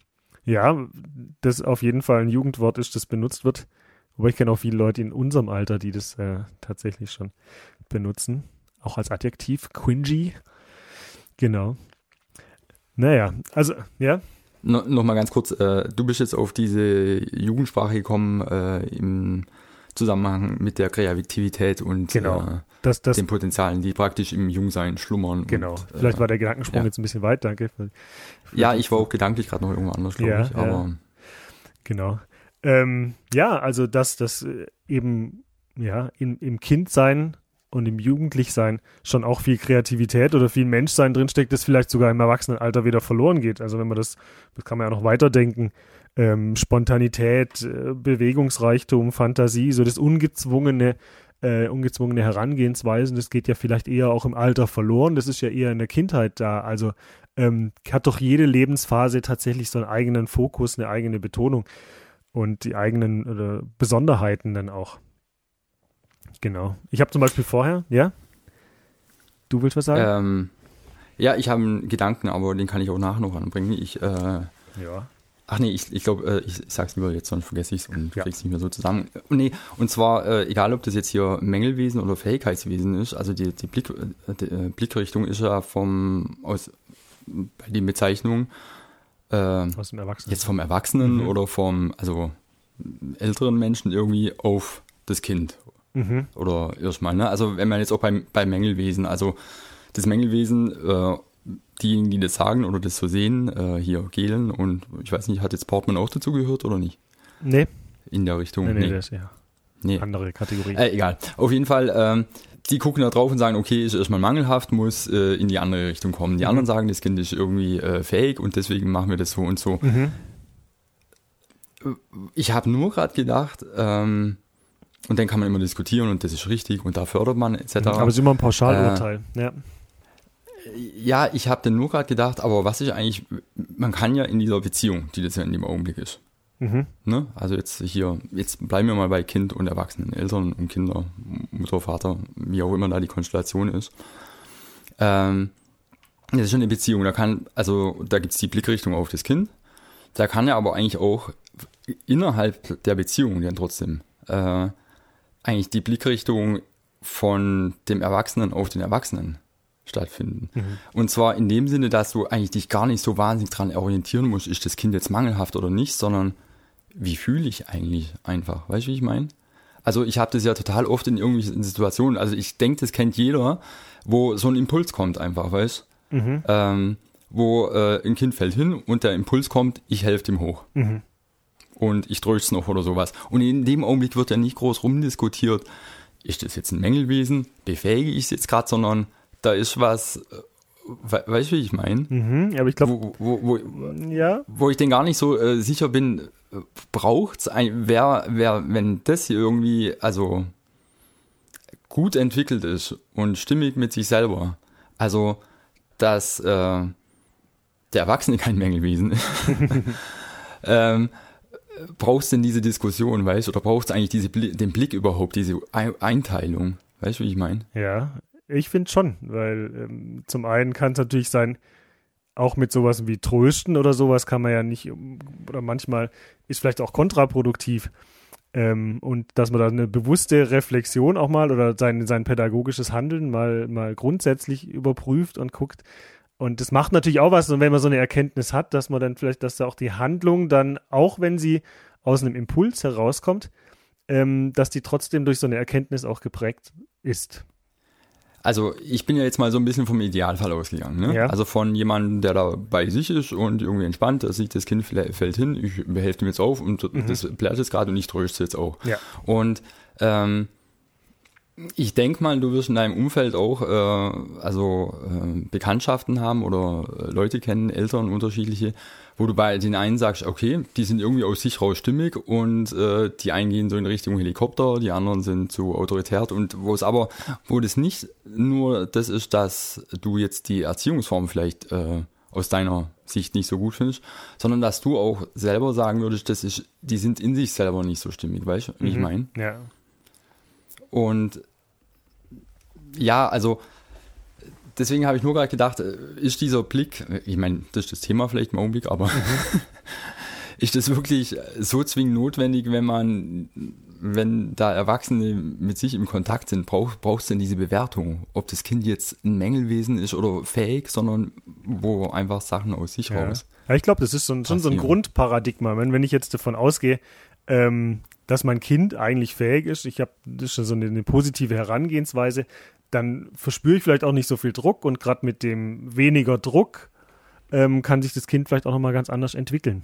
das auf jeden Fall ein Jugendwort ist, das benutzt wird. Wobei ich kenne auch viele Leute in unserem Alter, die das tatsächlich schon benutzen. Auch als Adjektiv, cringy. Genau. Naja, also, ja. Nochmal ganz kurz, du bist jetzt auf diese Jugendsprache gekommen im Zusammenhang mit der Kreativität und genau. Den Potenzialen, die praktisch im Jungsein schlummern. Genau. Und, vielleicht war der Gedankensprung jetzt ein bisschen weit, danke. Ja, ich war auch gedanklich gerade noch irgendwo anders, glaube ich. Aber genau. Also dass eben im Kindsein und im Jugendlichsein schon auch viel Kreativität oder viel Menschsein drinsteckt, das vielleicht sogar im Erwachsenenalter wieder verloren geht. Also wenn man das kann man ja noch weiterdenken, Spontanität, Bewegungsreichtum, Fantasie, so das ungezwungene Herangehensweisen, das geht ja vielleicht eher auch im Alter verloren, das ist ja eher in der Kindheit da. Also hat doch jede Lebensphase tatsächlich so einen eigenen Fokus, eine eigene Betonung. Und die eigenen Besonderheiten dann auch. Genau. Ich habe zum Beispiel vorher, ja? Du willst was sagen? Ja, ich habe einen Gedanken, aber den kann ich auch nachher noch anbringen. Ach nee, ich glaube, ich sag's lieber jetzt, sonst vergesse ich es und krieg's nicht mehr so zusammen. Nee, und zwar, egal ob das jetzt hier Mängelwesen oder Fähigkeitswesen ist, also die Blickrichtung ist ja bei den Bezeichnungen aus dem Erwachsenen. Jetzt vom Erwachsenen oder vom älteren Menschen irgendwie auf das Kind. Oder erstmal, ne? Also wenn man jetzt auch bei Mängelwesen, also das Mängelwesen, diejenigen, die das sagen oder das so sehen, hier Gehlen und ich weiß nicht, hat jetzt Portman auch dazu gehört oder nicht? Nee. In der Richtung? Nee. Das ist ja andere Kategorie. Egal. Auf jeden Fall, die gucken da drauf und sagen, okay, ist erstmal mangelhaft, muss in die andere Richtung kommen. Die anderen sagen, das Kind ist irgendwie fähig und deswegen machen wir das so und so. Ich habe nur gerade gedacht, und dann kann man immer diskutieren und das ist richtig und da fördert man etc. Aber es ist immer ein Pauschalurteil, Ja, ich habe dann nur gerade gedacht, aber was ist eigentlich, man kann ja in dieser Beziehung, die das ja in dem Augenblick ist, ne? Also jetzt bleiben wir mal bei Kind und Erwachsenen, Eltern und Kinder, Mutter, Vater, wie auch immer da die Konstellation ist. Das ist schon eine Beziehung, da gibt es die Blickrichtung auf das Kind, da kann ja aber eigentlich auch innerhalb der Beziehung dann trotzdem eigentlich die Blickrichtung von dem Erwachsenen auf den Erwachsenen stattfinden. Und zwar in dem Sinne, dass du eigentlich dich gar nicht so wahnsinnig dran orientieren musst, ist das Kind jetzt mangelhaft oder nicht, sondern wie fühle ich eigentlich einfach? Weißt du, wie ich meine? Also ich habe das ja total oft in irgendwelchen Situationen, also ich denke, das kennt jeder, wo so ein Impuls kommt einfach, weißt du? Wo ein Kind fällt hin und der Impuls kommt, ich helfe dem hoch. Und ich drücke es noch oder sowas. Und in dem Augenblick wird ja nicht groß rumdiskutiert, ist das jetzt ein Mängelwesen, befähige ich es jetzt gerade, sondern da ist was, weißt du, wie ich meine? Aber ich glaube, wo ich denn gar nicht so sicher bin, braucht es, wenn das hier irgendwie, also gut entwickelt ist und stimmig mit sich selber, also dass der Erwachsene kein Mängelwesen ist, brauchst du denn diese Diskussion, weißt du, oder brauchst du eigentlich den Blick überhaupt, diese Einteilung, weißt du, wie ich meine? Ja, ich finde schon, weil zum einen kann es natürlich sein, auch mit sowas wie Trösten oder sowas kann man ja nicht, oder manchmal ist vielleicht auch kontraproduktiv. Und dass man da eine bewusste Reflexion auch mal oder sein pädagogisches Handeln mal grundsätzlich überprüft und guckt. Und das macht natürlich auch was, und wenn man so eine Erkenntnis hat, dass man dann vielleicht, dass da auch die Handlung dann, auch wenn sie aus einem Impuls herauskommt, dass die trotzdem durch so eine Erkenntnis auch geprägt ist. Also ich bin ja jetzt mal so ein bisschen vom Idealfall ausgegangen, ne? Ja. Also von jemandem, der da bei sich ist und irgendwie entspannt, da sieht das Kind fällt hin, ich helfe ihm jetzt auf und das plärt jetzt gerade und ich tröste jetzt auch. Ja. Und ich denke mal, du wirst in deinem Umfeld auch Bekanntschaften haben oder Leute kennen, Eltern unterschiedliche, wo du bei den einen sagst, okay, die sind irgendwie aus sich raus stimmig und die einen gehen so in Richtung Helikopter, die anderen sind zu autoritär und wo das nicht nur das ist, dass du jetzt die Erziehungsform vielleicht aus deiner Sicht nicht so gut findest, sondern dass du auch selber sagen würdest, die sind in sich selber nicht so stimmig, weißt du, wie ich meine? Ja. Und ja, also deswegen habe ich nur gerade gedacht, ist dieser Blick, ich meine, das ist das Thema vielleicht im Augenblick, aber ist das wirklich so zwingend notwendig, wenn da Erwachsene mit sich im Kontakt sind, brauchst du denn diese Bewertung, ob das Kind jetzt ein Mängelwesen ist oder fähig, sondern wo einfach Sachen aus sich raus. Ja, ich glaube, das ist schon so ein Grundparadigma. Wenn ich jetzt davon ausgehe, dass mein Kind eigentlich fähig ist, das ist schon so eine positive Herangehensweise, dann verspüre ich vielleicht auch nicht so viel Druck und gerade mit dem weniger Druck kann sich das Kind vielleicht auch nochmal ganz anders entwickeln.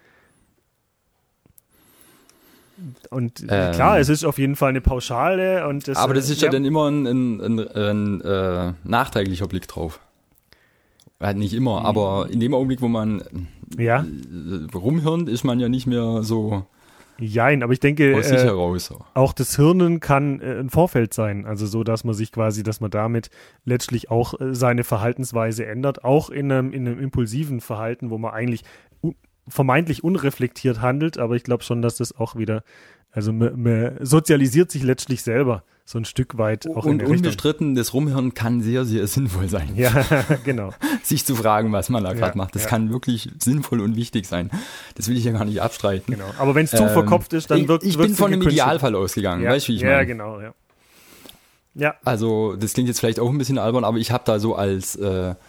Und klar, es ist auf jeden Fall eine Pauschale. Aber das ist ja dann immer ein nachträglicher Blick drauf. Nicht immer, aber in dem Augenblick, wo man rumhirnt, ist man ja nicht mehr so... Jein, aber ich denke, aus sich heraus. Auch das Hirnen kann ein Vorfeld sein, also so, dass man sich quasi, dass man damit letztlich auch seine Verhaltensweise ändert, auch in einem impulsiven Verhalten, wo man eigentlich vermeintlich unreflektiert handelt, aber ich glaube schon, dass das auch wieder, also man sozialisiert sich letztlich selber so ein Stück weit auch in der Richtung. Unbestritten, das Rumhören kann sehr, sehr sinnvoll sein. Ja, genau. Sich zu fragen, was man da gerade macht, das kann wirklich sinnvoll und wichtig sein. Das will ich ja gar nicht abstreiten. Genau, aber wenn es zu verkopft ist, dann wirkt es ich bin von einem Idealfall ausgegangen, weißt du, wie ich meine? Ja, genau, ja. Ja. Also, das klingt jetzt vielleicht auch ein bisschen albern, aber ich habe da so als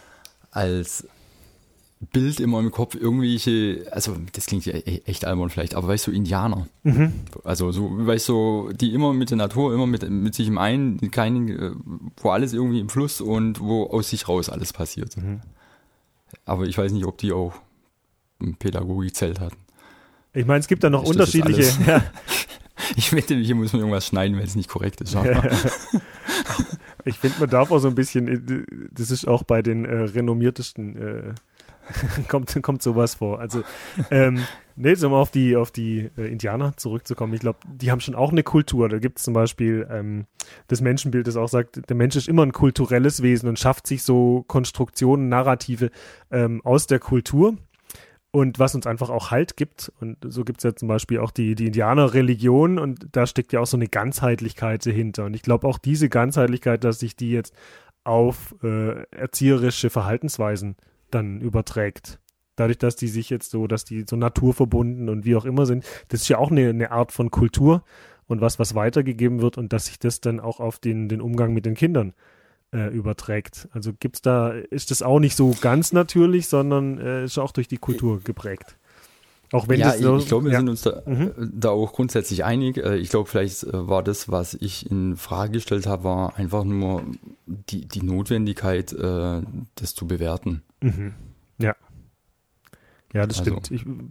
Bild in meinem Kopf irgendwelche, also das klingt ja echt albern vielleicht, aber weißt du, Indianer. Mhm. Also so, weißt du, die immer mit der Natur, immer mit sich im Einen, wo alles irgendwie im Fluss und wo aus sich raus alles passiert. Mhm. Aber ich weiß nicht, ob die auch ein Pädagogikzelt hatten. Ich meine, es gibt da noch unterschiedliche. Ja. Ich wette, hier muss man irgendwas schneiden, wenn es nicht korrekt ist. Ich finde, man darf auch so ein bisschen, das ist auch bei den renommiertesten kommt sowas vor. Also, so mal auf die Indianer zurückzukommen. Ich glaube, die haben schon auch eine Kultur. Da gibt es zum Beispiel das Menschenbild, das auch sagt, der Mensch ist immer ein kulturelles Wesen und schafft sich so Konstruktionen, Narrative aus der Kultur. Und was uns einfach auch Halt gibt. Und so gibt es ja zum Beispiel auch die Indianerreligion und da steckt ja auch so eine Ganzheitlichkeit dahinter. Und ich glaube auch diese Ganzheitlichkeit, dass sich die jetzt auf erzieherische Verhaltensweisen dann überträgt. Dadurch, dass die sich jetzt dass die so naturverbunden und wie auch immer sind, das ist ja auch eine Art von Kultur und was weitergegeben wird und dass sich das dann auch auf den Umgang mit den Kindern überträgt. Also ist das auch nicht so ganz natürlich, sondern ist auch durch die Kultur geprägt. Auch wenn das so, ich glaube, wir sind uns da auch grundsätzlich einig. Ich glaube, vielleicht war das, was ich in Frage gestellt habe, war einfach nur die Notwendigkeit, das zu bewerten. Mhm. Ja. Ja, das stimmt.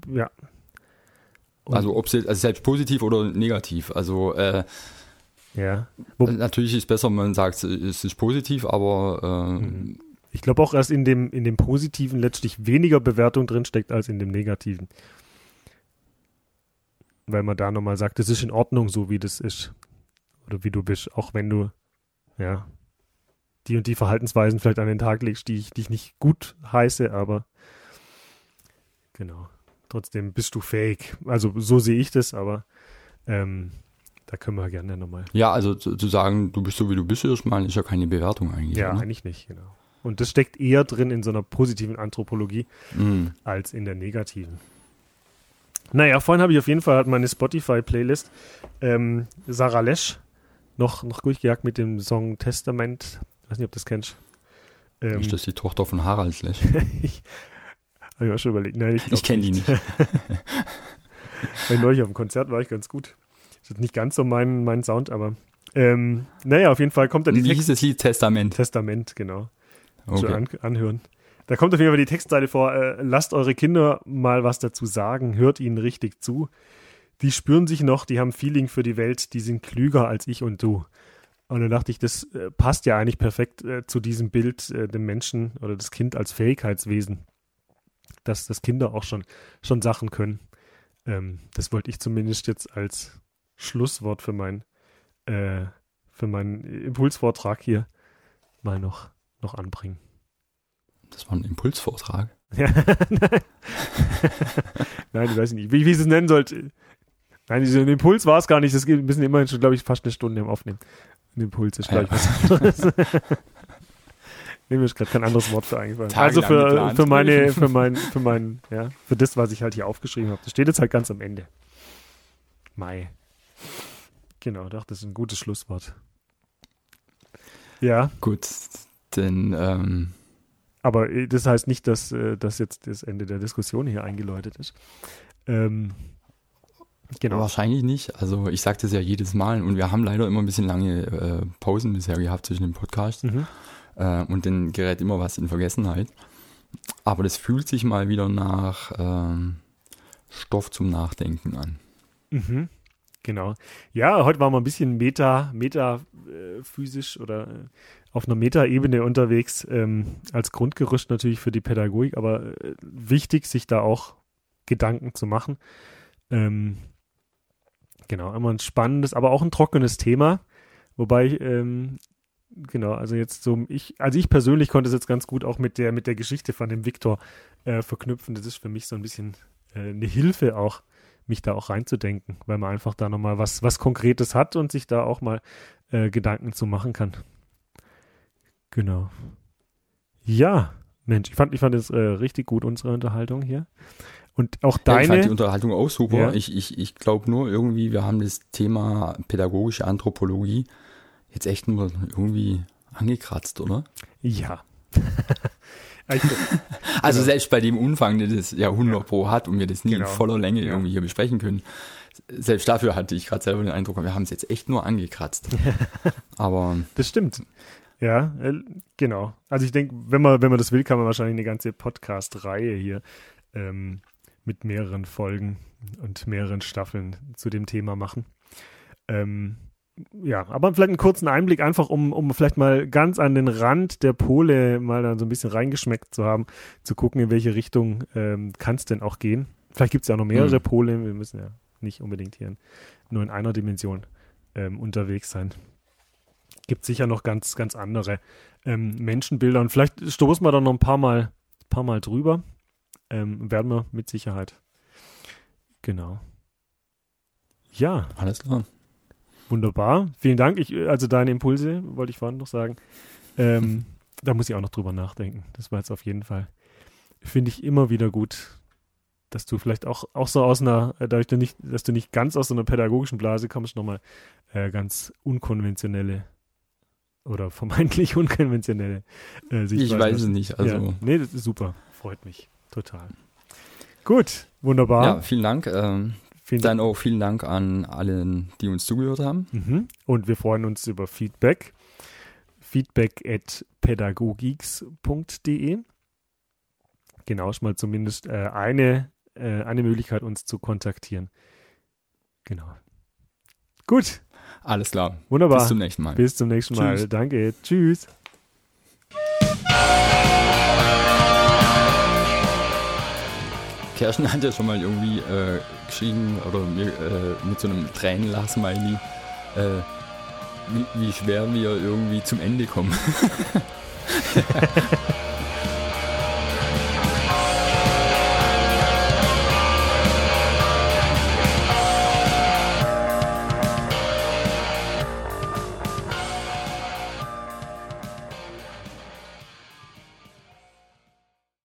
Also ob es selbst positiv oder negativ. Also natürlich ist es besser, man sagt, es ist positiv, aber ich glaube auch, dass in dem Positiven letztlich weniger Bewertung drinsteckt als in dem Negativen. Weil man da nochmal sagt, es ist in Ordnung, so wie das ist. Oder wie du bist, auch wenn du die und die Verhaltensweisen vielleicht an den Tag legst, die ich nicht gut heiße, aber genau. Trotzdem bist du fähig. Also so sehe ich das, aber da können wir gerne nochmal. Ja, also zu sagen, du bist so, wie du bist, erstmal ist ja keine Bewertung eigentlich. Ja, oder? Eigentlich nicht, genau. Und das steckt eher drin in so einer positiven Anthropologie als in der negativen. Naja, vorhin habe ich auf jeden Fall meine Spotify-Playlist Sarah Lesch noch durchgejagt mit dem Song Testament. Ich weiß nicht, ob du das kennst. Ist das die Tochter von Harald Lesch? Habe ich auch schon überlegt. Nein, ich kenne die nicht. Weil neulich auf dem Konzert war ich ganz gut. Das ist nicht ganz so mein Sound, aber naja, auf jeden Fall kommt da die Wie hieß das Lied? Testament. Testament, genau. Okay. Anhören. Da kommt auf jeden Fall die Textzeile vor, lasst eure Kinder mal was dazu sagen, hört ihnen richtig zu. Die spüren sich noch, die haben Feeling für die Welt, die sind klüger als ich und du. Und dann dachte ich, das passt ja eigentlich perfekt zu diesem Bild, dem Menschen oder das Kind als Fähigkeitswesen, dass das Kinder auch schon Sachen können. Das wollte ich zumindest jetzt als Schlusswort für meinen Impulsvortrag hier mal noch anbringen. Das war ein Impulsvortrag? Ja, nein, ich weiß nicht, wie ich es nennen sollte. Nein, ein Impuls war es gar nicht. Wir müssen immerhin schon, glaube ich, fast eine Stunde im Aufnehmen. Ein Impuls ist, glaube ich, was anderes. Mir ist gerade kein anderes Wort für eingefallen. Also für das, was ich halt hier aufgeschrieben habe. Das steht jetzt halt ganz am Ende. Mai. Genau, doch, das ist ein gutes Schlusswort. Ja. Gut, denn aber das heißt nicht, dass jetzt das Ende der Diskussion hier eingeläutet ist. Genau. Wahrscheinlich nicht. Also ich sage das ja jedes Mal und wir haben leider immer ein bisschen lange Pausen bisher gehabt zwischen den Podcasts und dann gerät immer was in Vergessenheit. Aber das fühlt sich mal wieder nach Stoff zum Nachdenken an. Mhm. Genau. Ja, heute waren wir ein bisschen metaphysisch oder auf einer Meta-Ebene unterwegs, als Grundgerüst natürlich für die Pädagogik, aber wichtig, sich da auch Gedanken zu machen. Genau, immer ein spannendes, aber auch ein trockenes Thema, wobei, genau, also jetzt so, ich persönlich konnte es jetzt ganz gut auch mit der Geschichte von dem Viktor verknüpfen. Das ist für mich so ein bisschen eine Hilfe auch, mich da auch reinzudenken, weil man einfach da nochmal was Konkretes hat und sich da auch mal Gedanken zu machen kann. Genau. Ja, Mensch, ich fand es richtig gut, unsere Unterhaltung hier. Und auch deine. Ich fand die Unterhaltung auch super. Ja. Ich glaube nur irgendwie, wir haben das Thema pädagogische Anthropologie jetzt echt nur irgendwie angekratzt, oder? Ja. Also selbst bei dem Umfang, den das ja 100 Pro hat und wir das nie in voller Länge irgendwie hier besprechen können, selbst dafür hatte ich gerade selber den Eindruck, wir haben es jetzt echt nur angekratzt. Aber das stimmt. Ja, genau. Also ich denke, wenn man das will, kann man wahrscheinlich eine ganze Podcast-Reihe hier mit mehreren Folgen und mehreren Staffeln zu dem Thema machen. Ja, aber vielleicht einen kurzen Einblick, einfach um vielleicht mal ganz an den Rand der Pole mal dann so ein bisschen reingeschmeckt zu haben, zu gucken, in welche Richtung kann es denn auch gehen. Vielleicht gibt es ja auch noch mehrere Pole, wir müssen ja nicht unbedingt hier nur in einer Dimension unterwegs sein. Gibt sicher noch ganz, ganz andere Menschenbilder und vielleicht stoßen wir da noch ein paar Mal drüber. Werden wir mit Sicherheit. Genau. Ja. Alles klar. Wunderbar. Vielen Dank. Also deine Impulse, wollte ich vorhin noch sagen. Da muss ich auch noch drüber nachdenken. Das war jetzt auf jeden Fall, finde ich immer wieder gut, dass du vielleicht auch so aus einer, dadurch, dass du nicht ganz aus so einer pädagogischen Blase kommst, nochmal ganz unkonventionelle oder vermeintlich unkonventionelle Sichtweise. Ich weiß es nicht. Also. Ja. Nee, das ist super. Freut mich. Total. Gut. Wunderbar. Ja, vielen Dank. Dann auch vielen Dank an allen, die uns zugehört haben. Mhm. Und wir freuen uns über Feedback. feedback@pädagogix.de. Genau, schon mal zumindest eine Möglichkeit, uns zu kontaktieren. Genau. Gut. Alles klar. Wunderbar. Bis zum nächsten Mal. Bis zum nächsten Mal. Tschüss. Danke. Tschüss. Kersten hat ja schon mal irgendwie geschrieben oder mir mit so einem Tränenlach-Smiley, wie schwer wir irgendwie zum Ende kommen.